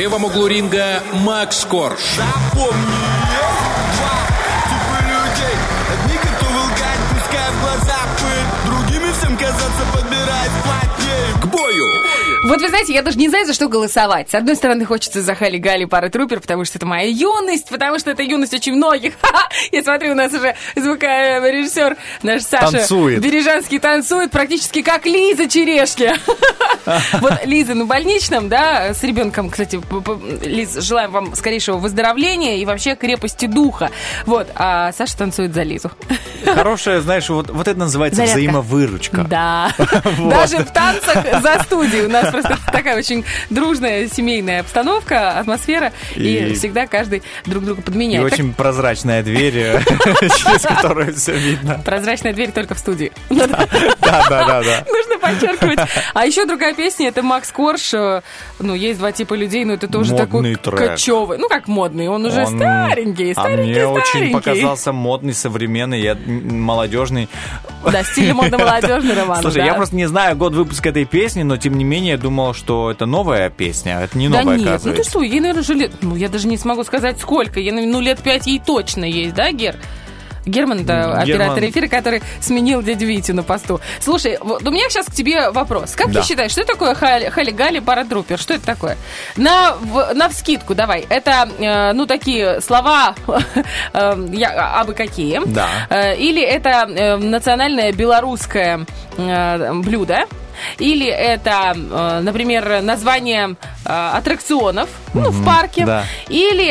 левом углу ринга Макс Корж. Запомни, есть два типа людей. Одни готовы лгать, пускай в глаза пыль. Другими всем казаться, подбирать плотнее. К бою! Вот вы знаете, я даже не знаю, за что голосовать. С одной стороны, хочется за Хали Гали Паратрупер, потому что это моя юность, потому что это юность очень многих. Я смотрю, у нас уже звукорежиссер наш Саша танцует. Бережанский танцует практически как Лиза Черешня. Вот Лиза на больничном, да, с ребенком, кстати, Лиз, желаем вам скорейшего выздоровления и вообще крепости духа. Вот, а Саша танцует за Лизу. Хорошая, знаешь, вот это называется Зарядка. взаимовыручка. Да. Даже в танцах за студией. У нас просто такая очень дружная семейная обстановка, атмосфера, и всегда каждый друг друга И подменяет. очень прозрачная дверь, через которую все видно. Прозрачная дверь только в студии. Да. Нужно подчеркивать. А еще другая песня, это Макс Корж. Ну, есть два типа людей, но это тоже Модный такой трек. кочевый. Ну, как модный, он уже Он- старенький. А мне очень показался модный, современный, молодежный. Да, стиль модно-молодежный роман. Слушай, я просто не знаю год выпуска этой песни, но тем не менее думал, что это новая песня. Это не Да новая, нет, ну ты оказывается. что, ей, наверное, уже лет... Ну, я даже не смогу сказать, сколько. Ей, ну, лет 5 ей точно есть, да, Гер? Герман, это оператор эфира, который сменил дядю Витю на посту. Слушай, вот у меня сейчас к тебе вопрос. Как ты считаешь, что такое Хали Гали Паратрупер? Что это такое? Навскидку давай. Это, ну, такие слова абы какие. Да. Или это национальное белорусское блюдо. Или это, например, название аттракционов в парке. Да. Или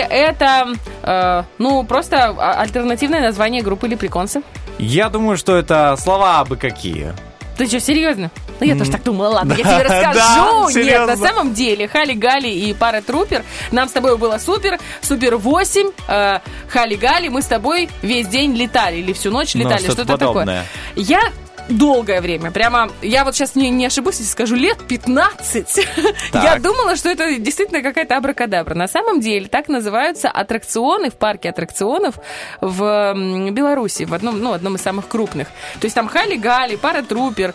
это, ну, просто альтернативное название группы Леприконсы. Я думаю, что это слова абы какие. Ты что, серьезно? Ну, я тоже так думала. Ладно, я Да, тебе расскажу. да, Нет, серьезно. на самом деле, Хали Гали и Паратрупер. Нам с тобой было супер 8. Хали Гали, мы с тобой весь день летали. Или всю ночь летали. что-то Что-то такое. подобное. Я долгое время, прямо, я вот сейчас не ошибусь, если скажу, лет 15. Я думала, что это действительно какая-то абракадабра. На самом деле так называются аттракционы в парке аттракционов в Беларуси, в одном из самых крупных. То есть там Хали Гали, Паратрупер,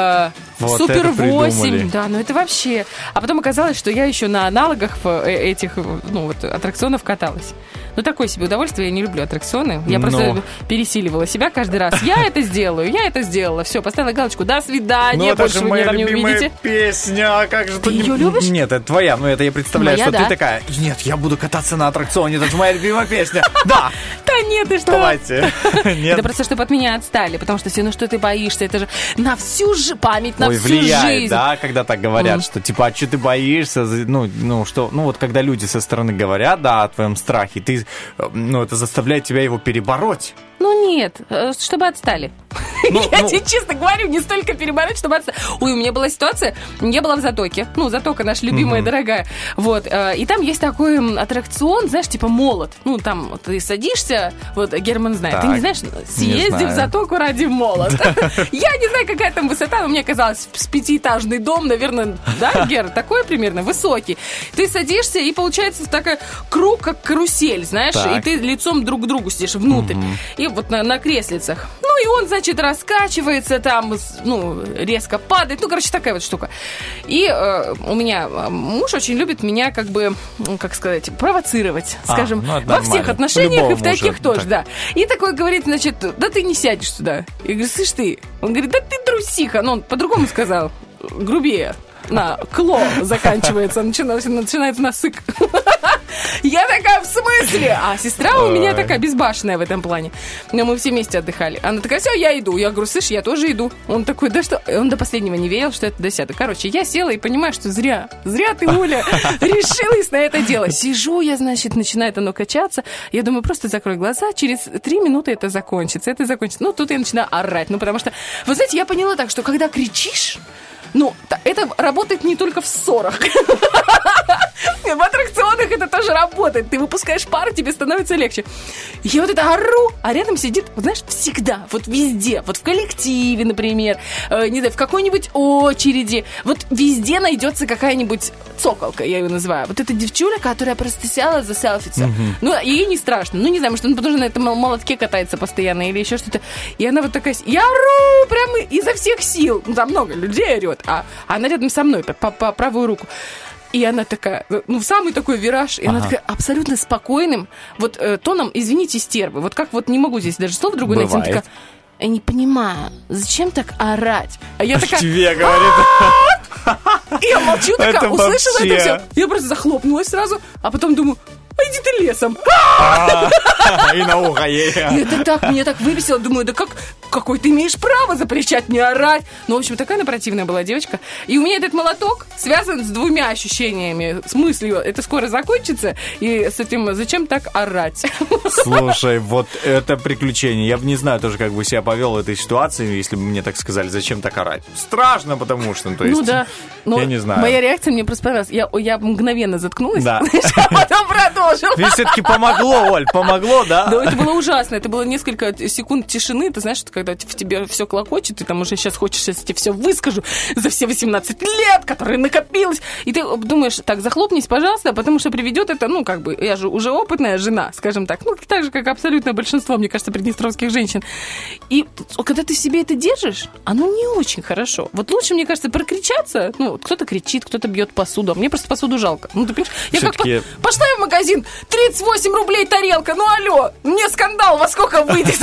Вот Супер это 8. придумали. Да, ну это вообще. А потом оказалось, что я еще на аналогах этих, ну вот, аттракционов каталась. Ну, такое себе удовольствие, я не люблю аттракционы. Я просто пересиливала себя каждый раз. Я это сделала. Все, поставила галочку. До свидания, Ну, это больше же вы моя меня там не любимая увидите. песня. Как же Ты ее любишь? Нет, это твоя. Ну, это я представляю, Моя, что да. ты такая. Нет, я буду кататься на аттракционе. Это же моя любимая песня. Да, Да нет, ты что? давайте. Нет. Это просто, чтобы от меня отстали, потому что все, ну что ты боишься, это же на всю память, на Ой, всю влияет, жизнь. да, когда так говорят, что типа, а что ты боишься, ну, что, ну, вот когда люди со стороны говорят, да, о твоем страхе, ты, ну, это заставляет тебя его перебороть. Ну нет, чтобы отстали. Я тебе честно говорю, не столько перебороть, чтобы отстали. Ой, у меня была ситуация, я была в Затоке. Ну, Затока наша любимая, дорогая. Вот, и там есть такой аттракцион, знаешь, типа молот. Ну, там ты садишься, вот Герман знает. Так, Ты не знаешь, съезди в знаю. Затоку ради молота. Я не знаю, какая там высота, но мне казалось, с пятиэтажный дом, наверное, да, Гер, такой примерно, высокий. Ты садишься, и получается такой круг, как карусель, знаешь, Так. и ты лицом друг к другу сидишь внутрь. И вот на креслицах. Ну, и он, значит, раскачивается там, ну, резко падает. Ну, короче, такая вот штука. И у меня муж очень любит меня, как бы, ну, как сказать, провоцировать, скажем, ну, это во всех нормально. отношениях У и любого в таких мужа тоже, так. да. И такой говорит, значит, да ты не сядешь сюда. Я говорю, слышь ты. Он говорит, да ты трусиха. Ну, он по-другому сказал, грубее. На кло заканчивается, начинается на сык. Я такая, в смысле? А сестра у меня такая безбашенная в этом плане. Но мы все вместе отдыхали. Она такая, все, я иду. Я говорю, слышь, я тоже иду. Он такой, да что? Он до последнего не верил, что это десятый. Короче, я села и понимаю, что зря ты, Оля, решилась на это дело. Сижу я, значит, начинает оно качаться. Я думаю, просто закрой глаза, через 3 минуты это закончится. Ну, тут я начинаю орать. Ну, потому что, вы знаете, я поняла так, что когда кричишь, ну, это работает не только в ссорах. В аттракционах это тоже работает. Ты выпускаешь пар, тебе становится легче. Я вот это ору, а рядом сидит, вот знаешь, всегда, вот везде, вот в коллективе, например, не знаю, в какой-нибудь очереди, вот везде найдется какая-нибудь цоколка, я ее называю. Вот эта девчуля, которая просто села за селфица. Ну, ей не страшно. Ну, не знаю, может, она потому что на этом молотке катается постоянно или еще что-то. И она вот такая, я ору прямо изо всех сил. Ну, там много людей орет, а она рядом со мной по правую руку. И она такая, ну, в самый такой вираж, и она такая абсолютно спокойным, вот тоном, извините, стервы, вот как вот не могу здесь даже слово другое найти, она такая, я не понимаю, зачем так орать? А я такая... Тебе говорит... И я молчу, такая, услышала это все. Я просто захлопнулась сразу, а потом думаю, иди ты лесом. И на ухо ей. И это так, меня так выбесило. Думаю, да какой ты имеешь право запрещать мне орать? Ну, в общем, такая она противная была девочка. И у меня этот молоток связан с двумя ощущениями. С мыслью, это скоро закончится. И с этим, зачем так орать? Слушай, вот это приключение. Я бы не знаю тоже, как бы себя повел в этой ситуации, если бы мне так сказали, зачем так орать. Страшно, потому что, то есть... Ну да. Я не знаю. Моя реакция мне просто понравилась. Я мгновенно заткнулась, да. А потом продолжила. Ведь все-таки помогло, Оль, помогло, да? Да, это было ужасно. Это было несколько секунд тишины. Ты знаешь, когда в тебе все клокочет, ты там уже сейчас хочешь, я тебе все выскажу за все 18 лет, которые накопилось. И ты думаешь, так, захлопнись, пожалуйста, потому что приведет это, ну, как бы, я же уже опытная жена, скажем так. Ну, так же, как абсолютно большинство, мне кажется, приднестровских женщин. И когда ты в себе это держишь, оно не очень хорошо. Вот лучше, мне кажется, прокричаться. Ну, кто-то кричит, кто-то бьет посуду. А мне просто посуду жалко. Ну, ты понимаешь, я как пошла в магазин, 38 рублей тарелка, ну алло, мне скандал во сколько выйдет?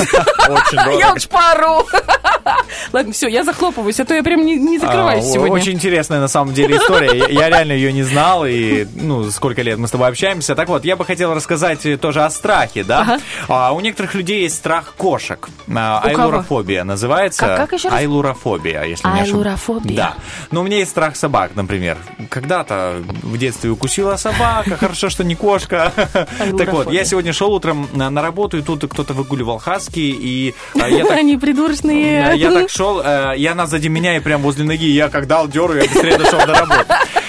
Я уж пару. Ладно, все, я захлопываюсь, а то я прям не закрываюсь сегодня. Очень интересная на самом деле история. Я реально ее не знал, и ну, сколько лет мы с тобой общаемся. Так вот, я бы хотел рассказать тоже о страхе, да? У некоторых людей есть страх кошек. Айлурофобия называется. Как еще раз? Айлурофобия, если не ошибаюсь. Айлурофобия. Да. Но у меня есть страх собак, например. Когда-то в детстве укусила собака, хорошо, что не кошка. Так вот, я сегодня шел утром на работу, и тут кто-то выгуливал хаски, и я так... Они придурочные. Я так шел, и она сзади меня, и прям возле ноги, я как дал дёру, я быстрее дошел до работы.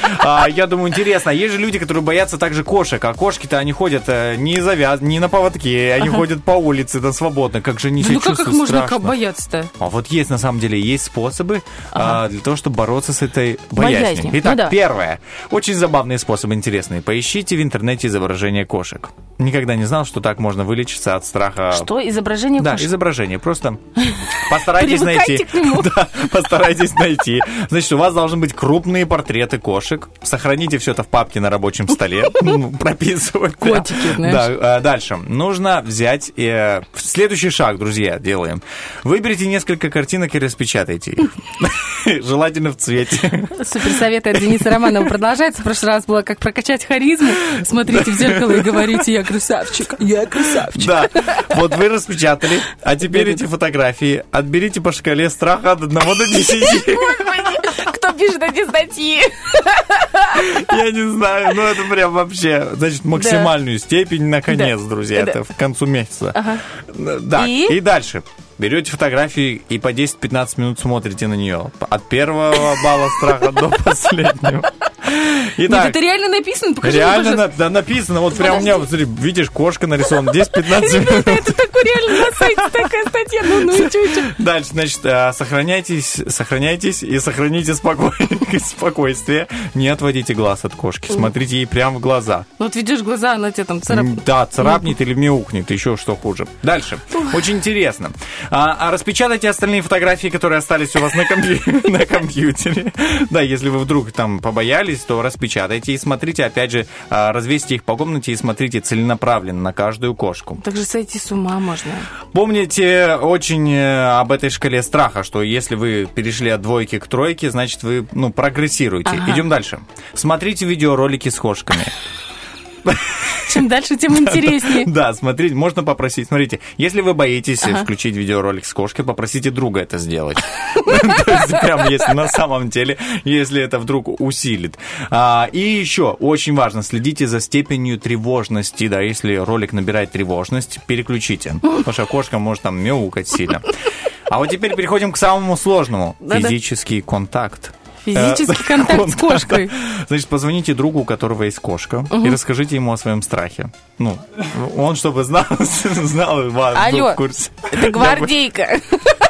Я думаю, интересно, есть же люди, которые боятся также кошек, а кошки-то они ходят не на поводке, они ходят по улице, да, свободно, как же они себя чувствуют, страшно. Ну как их можно бояться-то? А вот есть, на самом деле, есть способы для того, чтобы бороться с этой боязнью. Итак, первое. Очень забавные способы, интересные. Поищите в интернете изображение кошек. Никогда не знал, что так можно вылечиться от страха. Что? Изображение кошек? Да, изображение. Просто постарайтесь найти. Привыкайте к нему. Да, постарайтесь найти. Значит, у вас должны быть крупные портреты кошек. Сохраните все это в папке на рабочем столе. Прописывать. Котики, знаешь. Да, дальше. Нужно взять... Следующий шаг, друзья, делаем. Выберите несколько картинок и распечатайте их. Желательно в цвете. Суперсоветы от Дениса Романова продолжается. В прошлый раз было как прокачать харизму. Смотрите в зеркало и говорите, я красавчик. Я красавчик. Да, вот вы распечатали, а теперь эти фотографии отберите по шкале страха от 1 до 10. Кто пишет эти статьи? Я не знаю, но это прям вообще, значит, максимальную степень, наконец, друзья, это в концу месяца. Да, и дальше. Берете фотографии и по 10-15 минут смотрите на нее. От первого балла страха до последнего. Итак, нет, это реально написано? Покажи реально написано. Вот прям у меня, вот, смотри, видишь, кошка нарисована. 10-15 минут. Это такой реально на сайте такая статья. Ну и что? Дальше, значит, сохраняйтесь и сохраните спокойствие. Не отводите глаз от кошки. Смотрите ей прямо в глаза. Вот видишь глаза, она тебе там царапнет. Да, царапнет или мяукнет, еще что хуже. Дальше. Очень интересно. Распечатайте остальные фотографии, которые остались у вас на компьютере. Да, если вы вдруг там побоялись, то распечатайте и смотрите, опять же, развесьте их по комнате и смотрите целенаправленно на каждую кошку. Так же сойти с ума можно. Помните очень об этой шкале страха, что если вы перешли от 2 к 3, значит, вы, прогрессируете. Идем дальше. Смотрите видеоролики с кошками. Чем дальше, тем интереснее. Да, смотрите, можно попросить. Смотрите, если вы боитесь включить видеоролик с кошкой, попросите друга это сделать. То есть, прям если на самом деле, если это вдруг усилит. И еще, очень важно, следите за степенью тревожности. Да, если ролик набирает тревожность, переключите. Потому что кошка может там мяукать сильно. А вот теперь переходим к самому сложному. Физический контакт. Физический контакт с кошкой. Значит, позвоните другу, у которого есть кошка, и расскажите ему о своем страхе. Ну, он чтобы знал вас. Алло, в курсе. Это гвардейка.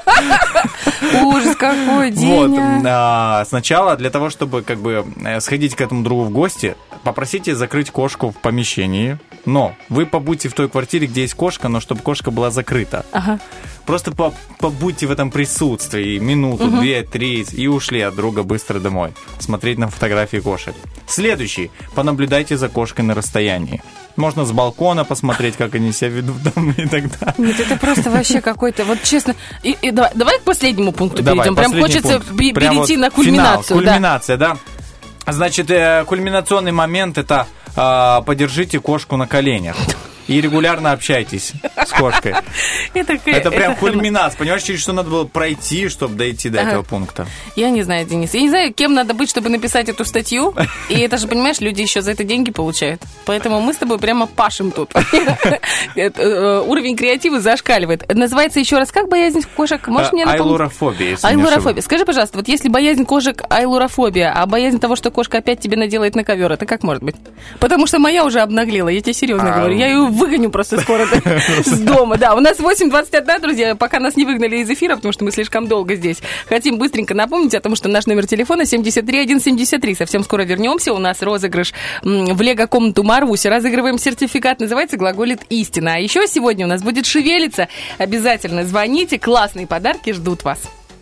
Ужас какой день. Вот, сначала для того, чтобы как бы сходить к этому другу в гости, попросите закрыть кошку в помещении, но вы побудьте в той квартире, где есть кошка, но чтобы кошка была закрыта. Ага. Просто побудьте в этом присутствии минуту, 2-3 и ушли от друга быстро домой. Смотреть на фотографии кошек. Следующий. Понаблюдайте за кошкой на расстоянии. Можно с балкона посмотреть, как они себя ведут там и так далее. Нет, это просто вообще какой-то, вот честно. Давай к последнему пункту перейдем. Прям хочется перейти на кульминацию. Финал, кульминация, да. Значит, кульминационный момент – это подержите кошку на коленях. И регулярно общайтесь с кошкой. Это прям кульминация. Понимаешь, через что надо было пройти, чтобы дойти до этого пункта? Я не знаю, Денис. Я не знаю, кем надо быть, чтобы написать эту статью. И это же, понимаешь, люди еще за это деньги получают. Поэтому мы с тобой прямо пашем тут. Уровень креатива зашкаливает. Называется еще раз, как боязнь кошек? Можешь мне напомнить? Айлурофобия. Айлурофобия. Скажи, пожалуйста, вот если боязнь кошек айлурофобия, а боязнь того, что кошка опять тебе наделает на ковер, это как может быть? Потому что моя уже обнаглела, я тебе серьезно говорю. Я ее выгоню просто скоро с дома. Да, у нас 8:21, друзья, пока нас не выгнали из эфира, потому что мы слишком долго здесь. Хотим быстренько напомнить о том, что наш номер телефона 73173. Совсем скоро вернемся. У нас розыгрыш в лего-комнату Маруси. Разыгрываем сертификат. Называется «Глаголит истина». А еще сегодня у нас будет шевелиться. Обязательно звоните. Классные подарки ждут вас.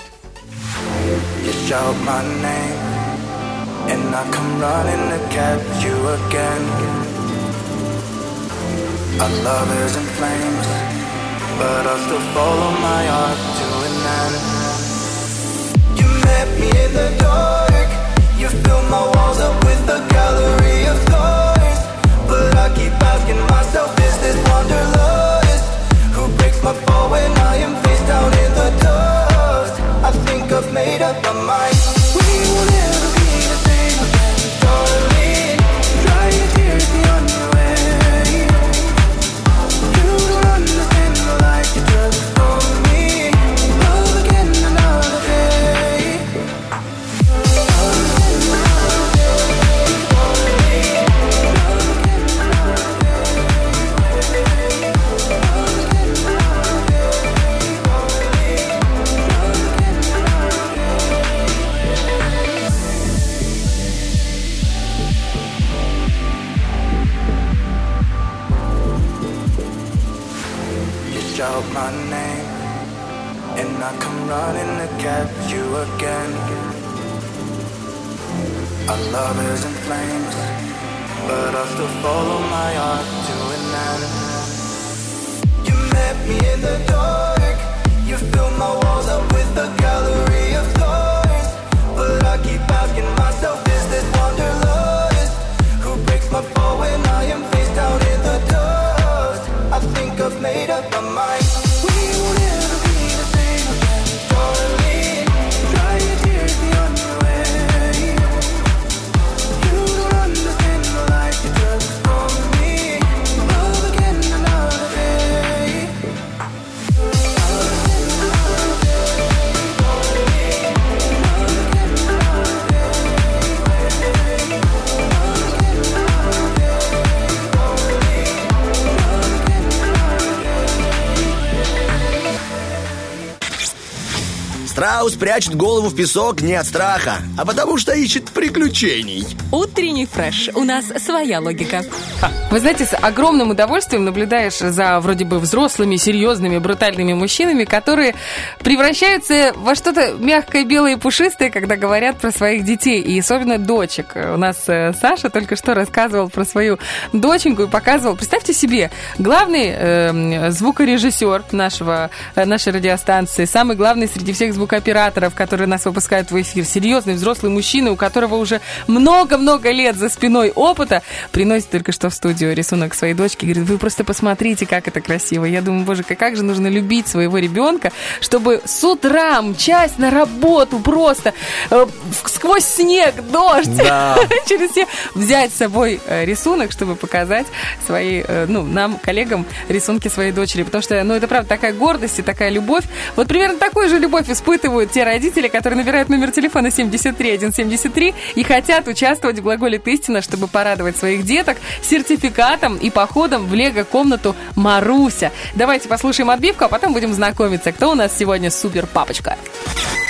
Our love is in flames, but I'll still follow my heart to an end. You met me in the dark, you filled my walls up with a gallery of thoughts. But I keep asking myself, is this wanderlust? Who breaks my fall when I am face down in the dust? I think I've made up my mind. We will never be the same again, darling. Dry your tears beyond your way. Shout my name, and I come running to catch you again. Our love is in flames, but I'll still follow my heart to an end. You met me in the dark, you filled my walls up with a gallery of thoughts. But I keep asking myself, is this wanderlust? Who breaks my fall when I am face down in the dust? I think I've made up my mind. We will never be the same again, darling. Dry your tears beyond your way. You don't understand the life you took from me. Love again another day. Страус прячет голову в песок не от страха, а потому что ищет приключений. Утренний фреш. У нас своя логика. Вы знаете, с огромным удовольствием наблюдаешь за вроде бы взрослыми, серьезными, брутальными мужчинами, которые превращаются во что-то мягкое, белое и пушистое, когда говорят про своих детей, и особенно дочек. У нас Саша только что рассказывал про свою доченьку и показывал. Представьте себе, главный звукорежиссер нашей радиостанции, самый главный среди всех звукооператоров, которые нас выпускают в эфир, серьезный взрослый мужчина, у которого уже много-много лет за спиной опыта, приносит только что в студию рисунок своей дочки, говорит, вы просто посмотрите, как это красиво. Я думаю, боже, как же нужно любить своего ребенка, чтобы с утра мчась на работу просто сквозь снег, дождь, через все взять с собой рисунок, чтобы показать нам, коллегам, рисунки своей дочери. Потому что, это правда такая гордость и такая любовь. Вот примерно такую же любовь испытывают те родители, которые набирают номер телефона 73173 и хотят участвовать в «Глаголит истина», чтобы порадовать своих деток сертификатом и походом в лего-комнату Маруся. Давайте послушаем отбивку, а потом будем знакомиться, кто у нас сегодня супер-папочка.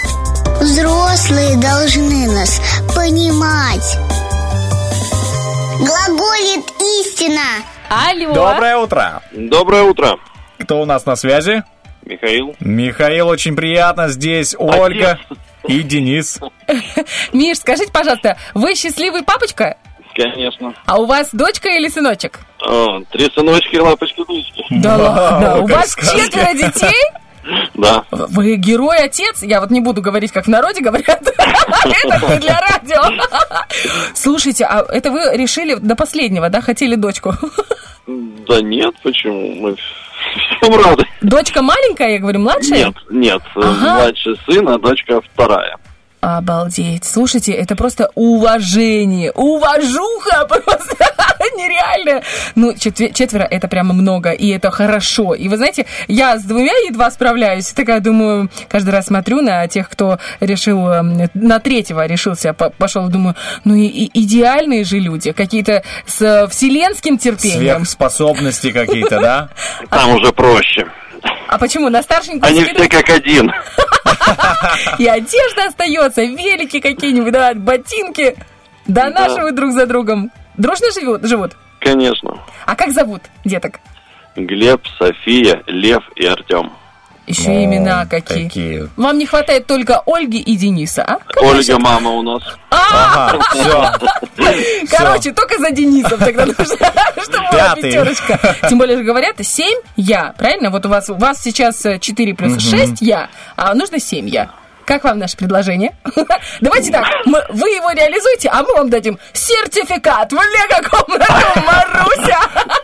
Взрослые должны нас понимать. Глаголит истина. Алло. Доброе утро. Доброе утро. Кто у нас на связи? Михаил. Михаил, очень приятно. Здесь Ольга и Денис. Миш, скажите, пожалуйста, вы счастливый папочка? Конечно. А у вас дочка или сыночек? 3 сыночки, лапочки-дочки. Да ладно, у вас 4 детей? Да. Вы герой-отец? Я вот не буду говорить, как в народе говорят. Это не для радио. Слушайте, а это вы решили до последнего, да, хотели дочку? Да нет, почему? Мы всем рады. Дочка маленькая, я говорю, младшая? Нет. Ага. Младший сын, а дочка 2. Обалдеть. Слушайте, это просто уважение. Уважуха просто нереально. Ну, 4 это прямо много, и это хорошо. И вы знаете, я с 2 едва справляюсь. Такая думаю, каждый раз смотрю на тех, кто решил, на 3-го решился, пошел, думаю, ну и идеальные же люди, какие-то с вселенским терпением. Сверхспособности какие-то, да? Там уже проще. А почему? На старшенькую Они скидывают? все как один. И одежда остается, велики какие-нибудь, да, ботинки. Донашивают друг за другом. Дружно живут? Конечно. А как зовут деток? Глеб, София, Лев и Артем. Еще имена какие. Вам не хватает только Ольги и Дениса, а? Ольга мама у нас. Ага, все. Короче, только за Денисом тогда нужно, чтобы была 5. Тем более же говорят, 7 я, правильно? Вот у вас сейчас 4 плюс 6 я, а нужно 7 я. Как вам наше предложение? Давайте так, вы его реализуете, а мы вам дадим сертификат в лего-комнату Маруся.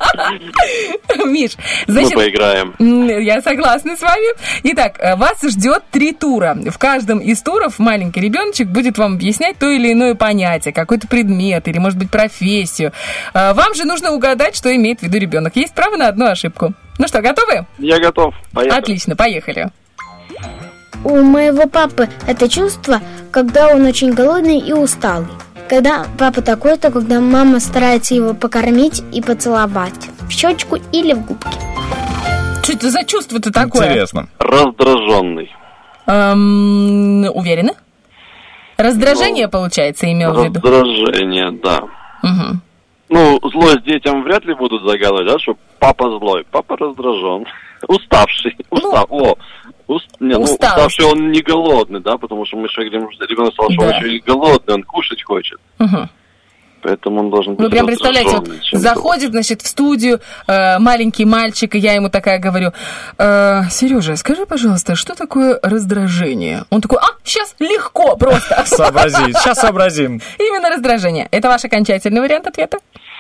Миш, значит... Мы поиграем. Я согласна с вами. Итак, вас ждет 3 тура. В каждом из туров маленький ребеночек будет вам объяснять то или иное понятие, какой-то предмет или, может быть, профессию. Вам же нужно угадать, что имеет в виду ребенок. Есть право на одну ошибку. Ну что, готовы? Я готов. Поехали. Отлично, поехали. У моего папы это чувство, когда он очень голодный и усталый. Когда папа такой-то, когда мама старается его покормить и поцеловать в щечку или в губки. Что это за чувство-то такое? Интересно. Раздраженный. Уверены? Раздражение, получается, имел в виду? Раздражение, да. Угу. Ну, злость детям вряд ли будут загадывать, да, что папа злой. Папа раздражен. Уставший. Уставший он не голодный, да, потому что мы еще говорим, что ребенок сказал, что он еще и голодный, он кушать хочет. Угу. Поэтому он должен быть. Вы прям представляете, вот заходит, значит, в студию маленький мальчик, и я ему такая говорю: Сережа, скажи, пожалуйста, что такое раздражение? Он такой: сейчас легко просто. Сообразить, сейчас сообразим. Именно раздражение. Это ваш окончательный вариант ответа?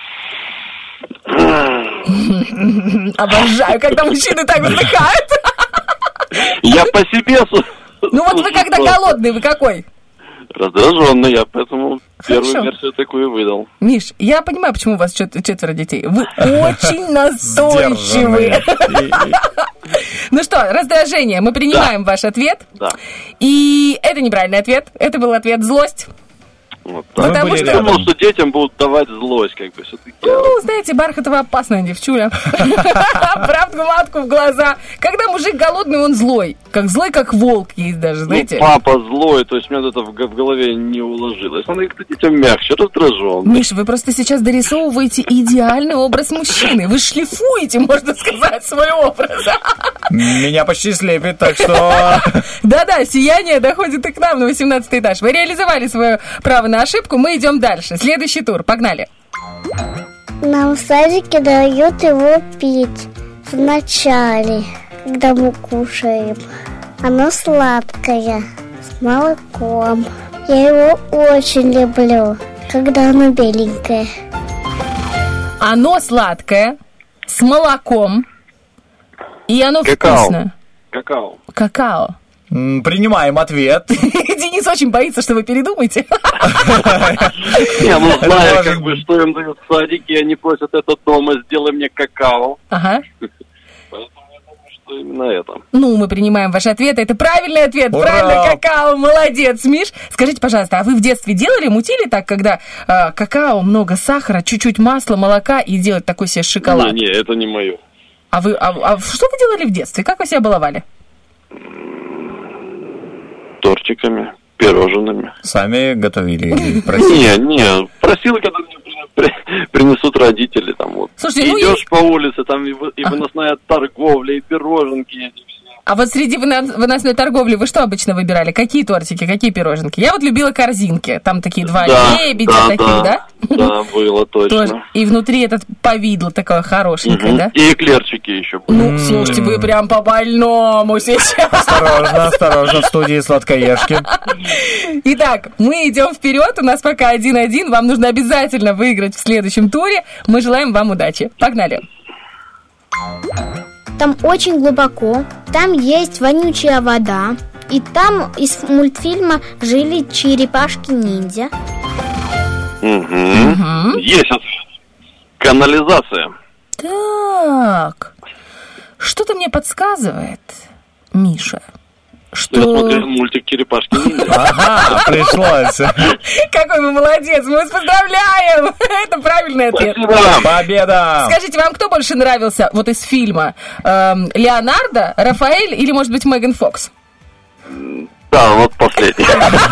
Обожаю, когда мужчины так вздыхают. Я по себе... Ну вот вы когда голодный, вы какой? Раздраженный, я поэтому первую версию такую выдал. Миш, я понимаю, почему у вас 4 детей. Вы очень настойчивые. Ну что, раздражение. Мы принимаем ваш ответ. Да. И это неправильный ответ. Это был ответ злость. Вот, потому что я думал, что детям будут давать злость, как бы все-таки. Ну, знаете, Бархатова опасная девчуля. Правду матку в глаза. Когда мужик голодный, он злой. Как волк есть даже, знаете. Ну, папа злой, то есть мне это в голове не уложилось. Он как-то детям мягче, раздражен. Миша, вы просто сейчас дорисовываете идеальный образ мужчины. Вы шлифуете, можно сказать, свой образ. Меня почти слепит, так что... Да-да, сияние доходит и к нам на 18 этаж. Вы реализовали свое право на ошибку, мы идем дальше. Следующий тур, погнали. Нам в садике дают его пить вначале, когда мы кушаем. Оно сладкое, с молоком. Я его очень люблю, когда оно беленькое. Оно сладкое, с молоком, и оно вкусное. Какао. Принимаем ответ. Денис очень боится, что вы передумаете. Не, ну знаю, как бы, что им дают в садике, они просят это дома, сделай мне какао. Ага. Поэтому я думаю, что именно это. Ну, мы принимаем ваш ответ. Это правильный ответ. Ура! Правильно, какао. Молодец, Миш. Скажите, пожалуйста, а вы в детстве делали, мутили так, когда какао, много сахара, чуть-чуть масла, молока и делать такой себе шоколад? Не, это не мое. А что вы делали в детстве? Как вы себя баловали? Тортиками, пирожными. Сами готовили или просили? Не, просил, когда мне принесут родители. Там вот. Слушайте, идешь по улице, там и выносная торговля, и пироженки эти. А вот среди выносной торговли вы что обычно выбирали? Какие тортики, какие пироженки? Я вот любила корзинки. Там такие два лебедя таких, да? Да, было точно. Тоже. И внутри этот повидло такое хорошенькое, да? И эклерчики еще были. Ну, слушайте, вы прям по-больному сейчас. Осторожно, в студии сладкоежки. Итак, мы идем вперед. У нас пока 1-1. Вам нужно обязательно выиграть в следующем туре. Мы желаем вам удачи. Погнали. Там очень глубоко, там есть вонючая вода, и там из мультфильма жили черепашки-ниндзя. Есть канализация. Так, что-то мне подсказывает, Миша, что... Я смотрел мультик «Черепашки-ниндзя». Ага, пришлось. Какой вы молодец, мы вас поздравляем! Это правильный ответ. Победа! Скажите, вам кто больше нравился вот из фильма? Леонардо, Рафаэль или, может быть, Меган Фокс? Да, вот последний.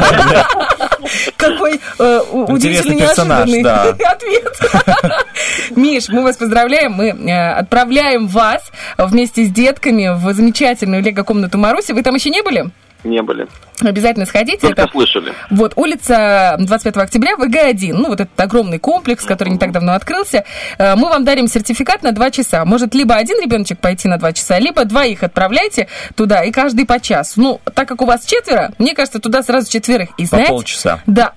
Какой удивительно неожиданный ответ. Миш, мы вас поздравляем. Мы отправляем вас вместе с детками в замечательную лего-комнату Маруси. Вы там еще не были? Не были. Обязательно сходите. Только слышали. Вот, улица 25 октября, ВГ-1. Ну, вот этот огромный комплекс, который не так давно открылся. Мы вам дарим сертификат на 2 часа. Может, либо один ребеночек пойти на 2 часа, либо двоих отправляйте туда, и каждый по часу. Ну, так как у вас 4, мне кажется, туда сразу 4. И знаете... По полчаса. Да.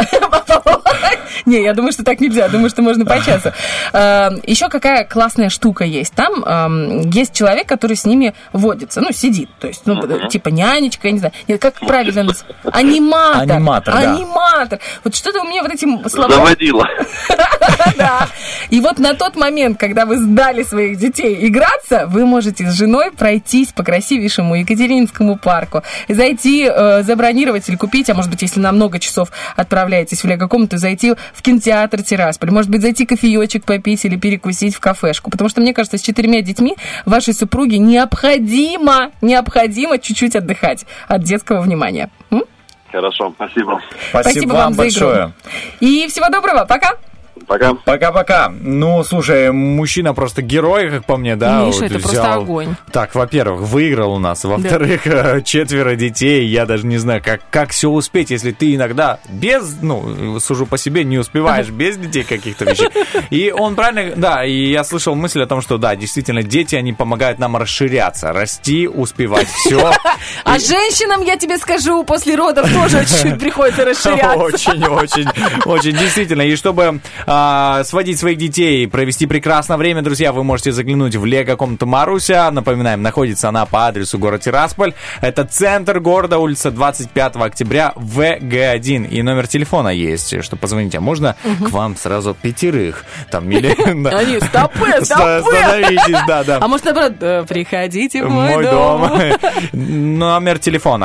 Не, я думаю, что так нельзя. Думаю, что можно по часу. Еще какая классная штука есть. Там есть человек, который с ними водится. Ну, сидит. То есть, ну, типа нянечка, я не знаю. Нет, как правильно называется? Аниматор. Аниматор. Вот что-то у меня вот этим словами... Заводила. Да. И вот на тот момент, когда вы сдали своих детей играться, вы можете с женой пройтись по красивейшему Екатерининскому парку, зайти, забронировать или купить, а может быть, если на много часов отправляетесь в лего-комнату, зайти в кинотеатр Тирасполь, может быть, зайти кофеечек попить или перекусить в кафешку. Потому что, мне кажется, с 4 детьми вашей супруге необходимо чуть-чуть отдыхать от детского внимания. Хорошо, спасибо. Спасибо вам большое. Игру. И всего доброго, пока. Пока. Пока-пока. Ну, слушай, мужчина просто герой, как по мне, да? Миша, вот это взял... просто огонь. Так, во-первых, выиграл у нас. Во-вторых, 4 детей. Я даже не знаю, как все успеть, если ты иногда без, ну, сужу по себе, не успеваешь без детей каких-то вещей. И он правильно, да, и я слышал мысль о том, что, да, действительно, дети, они помогают нам расширяться, расти, успевать все. А женщинам, я тебе скажу, после родов тоже чуть-чуть приходится расширяться. Очень, действительно. И чтобы сводить своих детей, провести прекрасное время, друзья, вы можете заглянуть в лего-комнату Маруся. Напоминаем, находится она по адресу город Тирасполь. Это центр города, улица 25 октября, ВГ1. И номер телефона есть, что позвонить. А можно к вам сразу 5? Там, или... Они, стопы! Остановитесь, да. А может, наоборот, приходите в мой дом. Номер телефона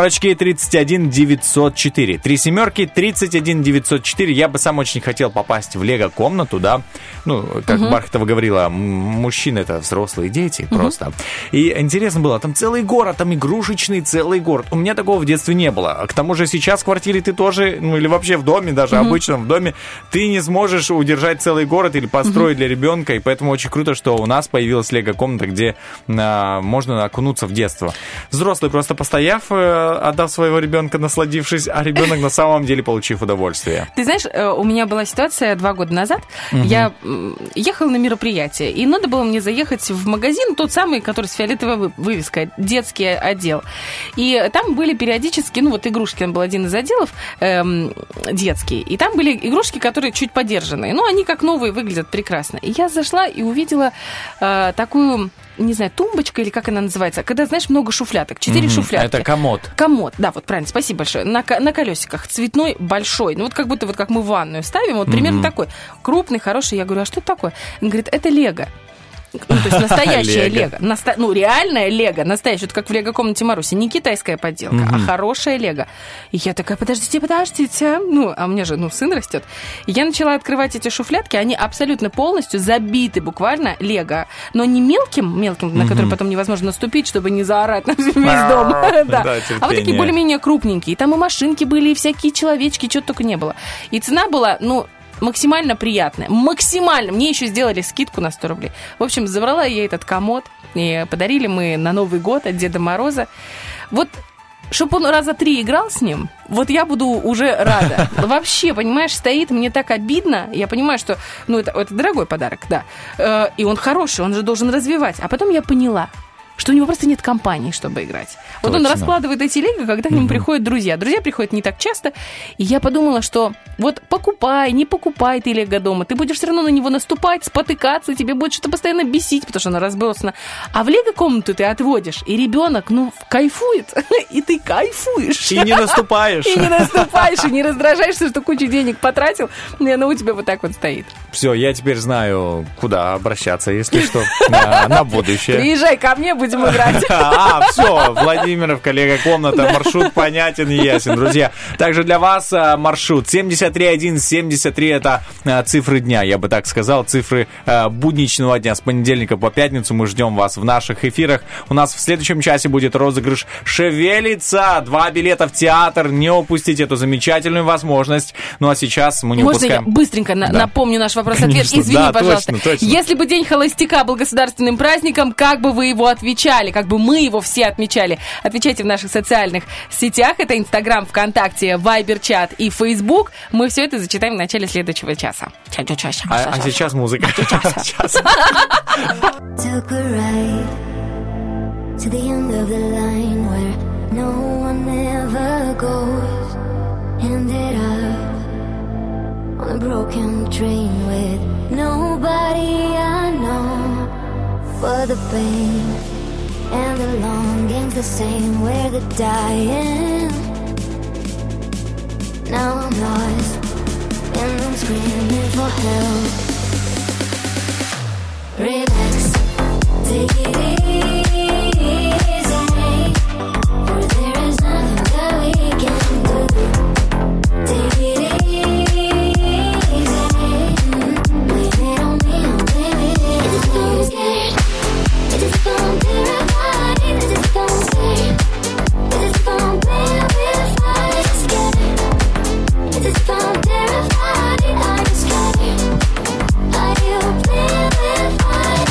3 904. 3 904. Я бы сам очень хотел попасть в лего-комнату, да. Ну, как Бархатова говорила, мужчины — это взрослые дети просто. И интересно было, там целый город, там игрушечный целый город. У меня такого в детстве не было. К тому же сейчас в квартире ты тоже, ну или вообще в доме, даже обычном в доме, ты не сможешь удержать целый город или построить для ребенка. И поэтому очень круто, что у нас появилась лего-комната, где можно окунуться в детство. Взрослый просто постояв, отдав своего ребенка, насладившись, а ребенок на самом деле получив удовольствие. Ты знаешь, у меня была ситуация 2 года назад. Я ехала на мероприятие, и надо было мне заехать в магазин, тот самый, который с фиолетовой вывеской, детский отдел. И там были периодически, ну вот игрушки, там был один из отделов детский, и там были игрушки, которые чуть подержанные. Ну, они как новые выглядят прекрасно. И я зашла и увидела такую... не знаю, тумбочка или как она называется, когда, знаешь, много шуфляток, 4 шуфлятки. Это комод. Комод, да, вот правильно, спасибо большое. На колесиках, цветной, большой, ну вот как будто вот как мы в ванную ставим, вот примерно такой, крупный, хороший. Я говорю, а что это такое? Он говорит, это лего. Ну, то есть настоящее лего. Ну, реальное лего, настоящее. Вот как в лего-комнате Маруси. Не китайская подделка, а хорошее лего. И я такая, подождите. Ну, а у меня же, сын растет. И я начала открывать эти шуфлятки. Они абсолютно полностью забиты буквально лего. Но не мелким, на который потом невозможно наступить, чтобы не заорать на весь дом. А вот такие более-менее крупненькие. И там и машинки были, и всякие человечки, чего-то только не было. И цена была, максимально приятное. Максимально. Мне еще сделали скидку на 100 рублей. В общем, забрала я этот комод. И подарили мы на Новый год от Деда Мороза. Вот, чтобы он раза 3 играл с ним, вот я буду уже рада. Вообще, понимаешь, стоит, мне так обидно. Я понимаю, что, ну, это дорогой подарок, да. И он хороший, он же должен развивать. А потом я поняла, что у него просто нет компании, чтобы играть. Вот он раскладывает эти лего, когда к нему приходят друзья. Друзья приходят не так часто. И я подумала, что вот покупай, не покупай ты лего дома. Ты будешь все равно на него наступать, спотыкаться, тебе будет что-то постоянно бесить, потому что оно разбросано. А в лего-комнату ты отводишь, и ребенок, ну, кайфует, и ты кайфуешь. И не наступаешь. И не наступаешь, и не раздражаешься, что кучу денег потратил, и оно у тебя вот так вот стоит. Все, я теперь знаю, куда обращаться, если что, на будущее. Приезжай ко мне, будем играть. Все, Владимировка, лего-комната, маршрут понятен и ясен, друзья. Также для вас маршрут 73173, это цифры дня, я бы так сказал, цифры будничного дня. С понедельника по пятницу мы ждем вас в наших эфирах. У нас в следующем часе будет розыгрыш «Шевелится». 2 билета в театр, не упустите эту замечательную возможность. Ну а сейчас мы не упускаем... Можно я быстренько напомню наш вопрос-ответ? Извини, да, пожалуйста. Точно. Если бы День холостяка был государственным праздником, как бы вы его отвечали? Как бы мы его все отмечали? Отвечайте в наших социальных сетях. Это Инстаграм, ВКонтакте, Вайбер-чат и Фейсбук. Мы все это зачитаем в начале следующего часа. А сейчас музыка. Took a ride to the end of the line where no one ever goes. Ended up on a broken train with nobody I know. For the pain and the longing's the same. We're the dying. Now I'm lost and I'm screaming for help. Relax, take it easy, for there is nothing that we can do. Take it easy, blame it on me, blame it. It's just I'm scared, it's just I'm terrified, it's just I'm scared, it's just I'm terrified, it's scared. It's just I'm terrified, I'm scared. Are you playing with fire?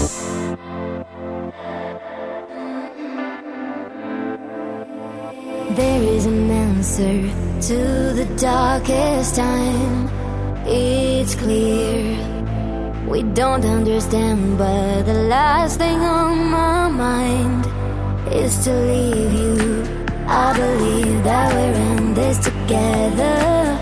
There is an answer to the darkest time. It's clear we don't understand, but the last thing on my mind is to leave you. I believe that we're in this together.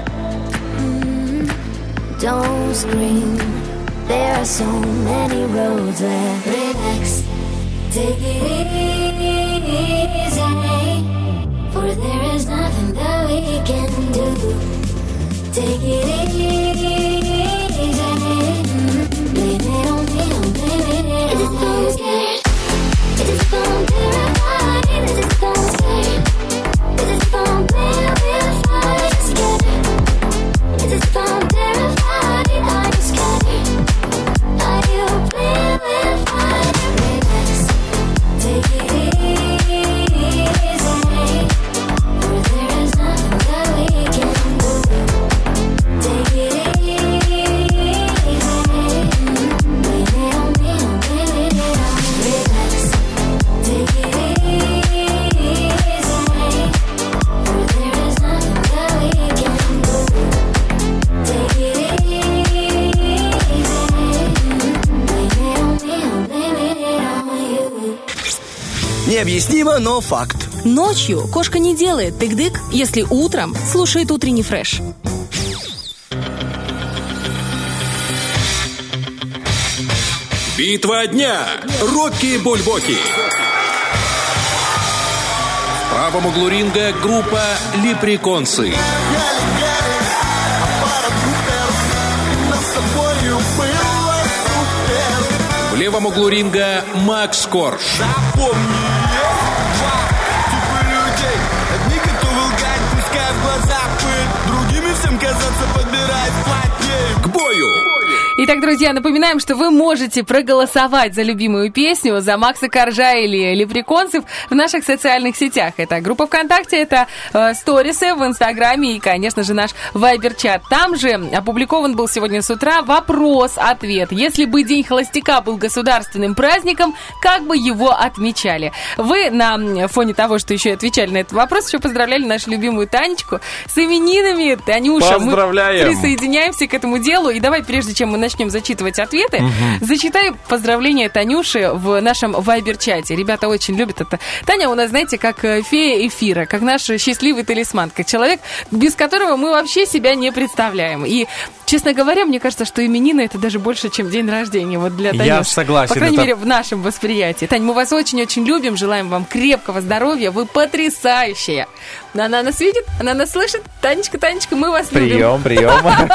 Don't scream, there are so many roads left. Relax, take it easy, for there is nothing that we can do. Take it easy, blame it on me, blame it. It's just I'm scared, it's just I'm terrified, it's just I'm scared. It's just I'm playing with fire, it's scared. It's just I'm terrified, I'm scared. Are you playing with fire? Relax, take it easy, for there is nothing that we can do. Take it easy, blame it on me, blame it on me. Relax, take it easy, for there is nothing that we can do. Take it easy, blame it on me, blame it on you. Необъяснимо, но факт. Ночью кошка не делает тык-дык, если утром слушает утренний фреш. Битва дня. Рокки Бульбоки. В правом углу ринга группа Леприконсы. В левом углу ринга Макс Корж. Одни готовы лгать, пускай в глаза пыль, другими всем казаться подбирать платье. К бою! Итак, друзья, напоминаем, что вы можете проголосовать за любимую песню, за Макса Коржа или Леприконцев в наших социальных сетях. Это группа ВКонтакте, это сторисы в Инстаграме и, конечно же, наш Вайбер-чат. Там же опубликован был сегодня с утра вопрос-ответ. Если бы День холостяка был государственным праздником, как бы его отмечали? Вы на фоне того, что еще отвечали на этот вопрос, еще поздравляли нашу любимую Танечку с именинами. Танюша, поздравляем! Мы присоединяемся к этому делу. И давай, прежде чем мы начнем зачитывать ответы, зачитай поздравления Танюши в нашем Вайбер-чате. Ребята очень любят это. Таня у нас, знаете, как фея эфира, как наш счастливый талисман, как человек, без которого мы вообще себя не представляем. И, честно говоря, мне кажется, что именины это даже больше, чем день рождения. Вот для Танюши. Я согласен. По крайней мере, в нашем восприятии. Тань, мы вас очень-очень любим, желаем вам крепкого здоровья. Вы потрясающая. Она нас видит, она нас слышит. Танечка, мы вас любим. Прием.